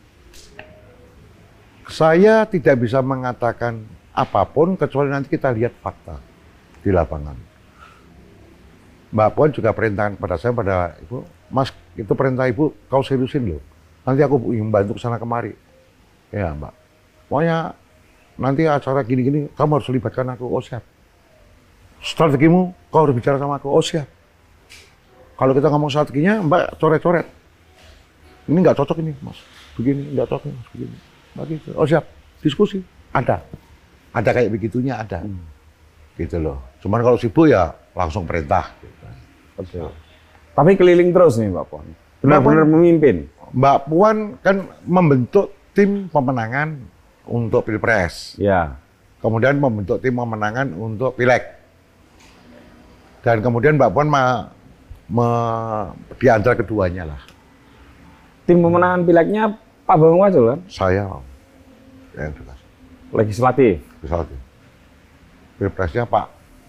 Saya tidak bisa mengatakan apapun kecuali nanti kita lihat fakta di lapangan. Mbak Puan juga perintahkan kepada saya, pada Ibu, Mas, itu perintah Ibu, kau seriusin loh. Nanti aku ingin bantu ke sana kemari. Ya Mbak, pokoknya nanti acara gini-gini, kamu harus libatkan aku. Oh siap. Strategimu, kau harus bicara sama aku. Oh siap. Kalau kita ngomong strateginya, Mbak coret-coret. Ini nggak cocok ini, Mas. Begini, nggak cocok, Mas. Begini. Begitu. Oh siap. Diskusi. Ada. Ada kayak begitunya, ada. Hmm. Gitu loh. Cuman kalau sibuk ya langsung perintah. Betul. Tapi keliling terus nih Mbak Puan. Benar-benar memimpin. Mbak Puan kan membentuk tim pemenangan untuk Pilpres. Ya. Kemudian membentuk tim pemenangan untuk Pileg. Dan kemudian Mbak Puan ma, me, di antara keduanya lah. Tim pemenangan Pilegnya Pak Bambang Pacul kan? Saya yang jelas. Legislatif. Legislatif. Pilpresnya Pak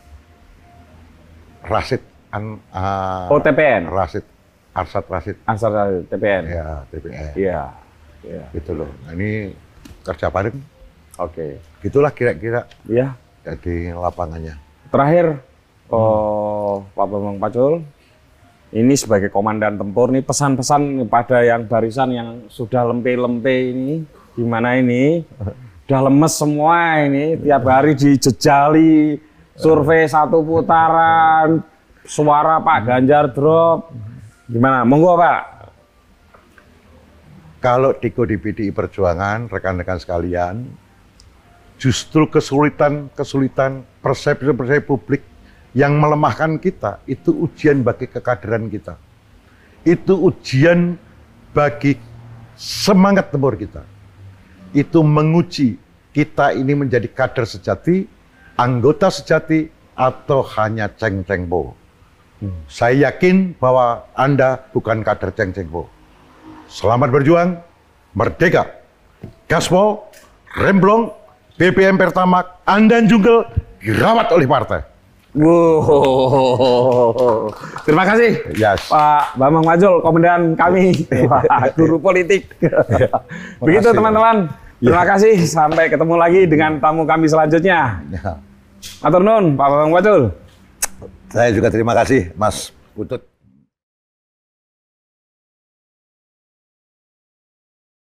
Rasid An, uh, oh T P N. Rasid Arsad Rasid. Arsad T P N. Ya, T P N. Iya. Iya. Gitu loh. Nah, ini kerja bareng. Oke. Gitulah kira-kira. Iya. Jadi lapangannya. Terakhir, hmm. oh, Pak Bambang Pacul, ini sebagai komandan tempur nih pesan-pesan kepada yang barisan yang sudah lempe-lempe ini, gimana ini? Udah lemes semua ini, tiap hari dijejali, survei satu putaran, suara Pak Ganjar drop. Gimana? Monggo Pak. Kalau di P D I Perjuangan, rekan-rekan sekalian, justru kesulitan-kesulitan persepsi-persepsi publik yang melemahkan kita, itu ujian bagi kekaderan kita. Itu ujian bagi semangat tempur kita. Itu menguji kita ini menjadi kader sejati, anggota sejati, atau hanya ceng-cengpo. Hmm. Saya yakin bahwa Anda bukan kader ceng-cengpo. Selamat berjuang, merdeka, gaspol, remblong, B B M Pertamax, Andan Junggel, dirawat oleh partai. Wow. Terima kasih Yes. Pak Bambang Pacul, komandan kami, guru politik. Begitu teman-teman. Terima ya. kasih. Sampai ketemu lagi dengan tamu kami selanjutnya. Ya. Matur nuwun Pak Bambang Pacul. Saya juga terima kasih Mas Putut.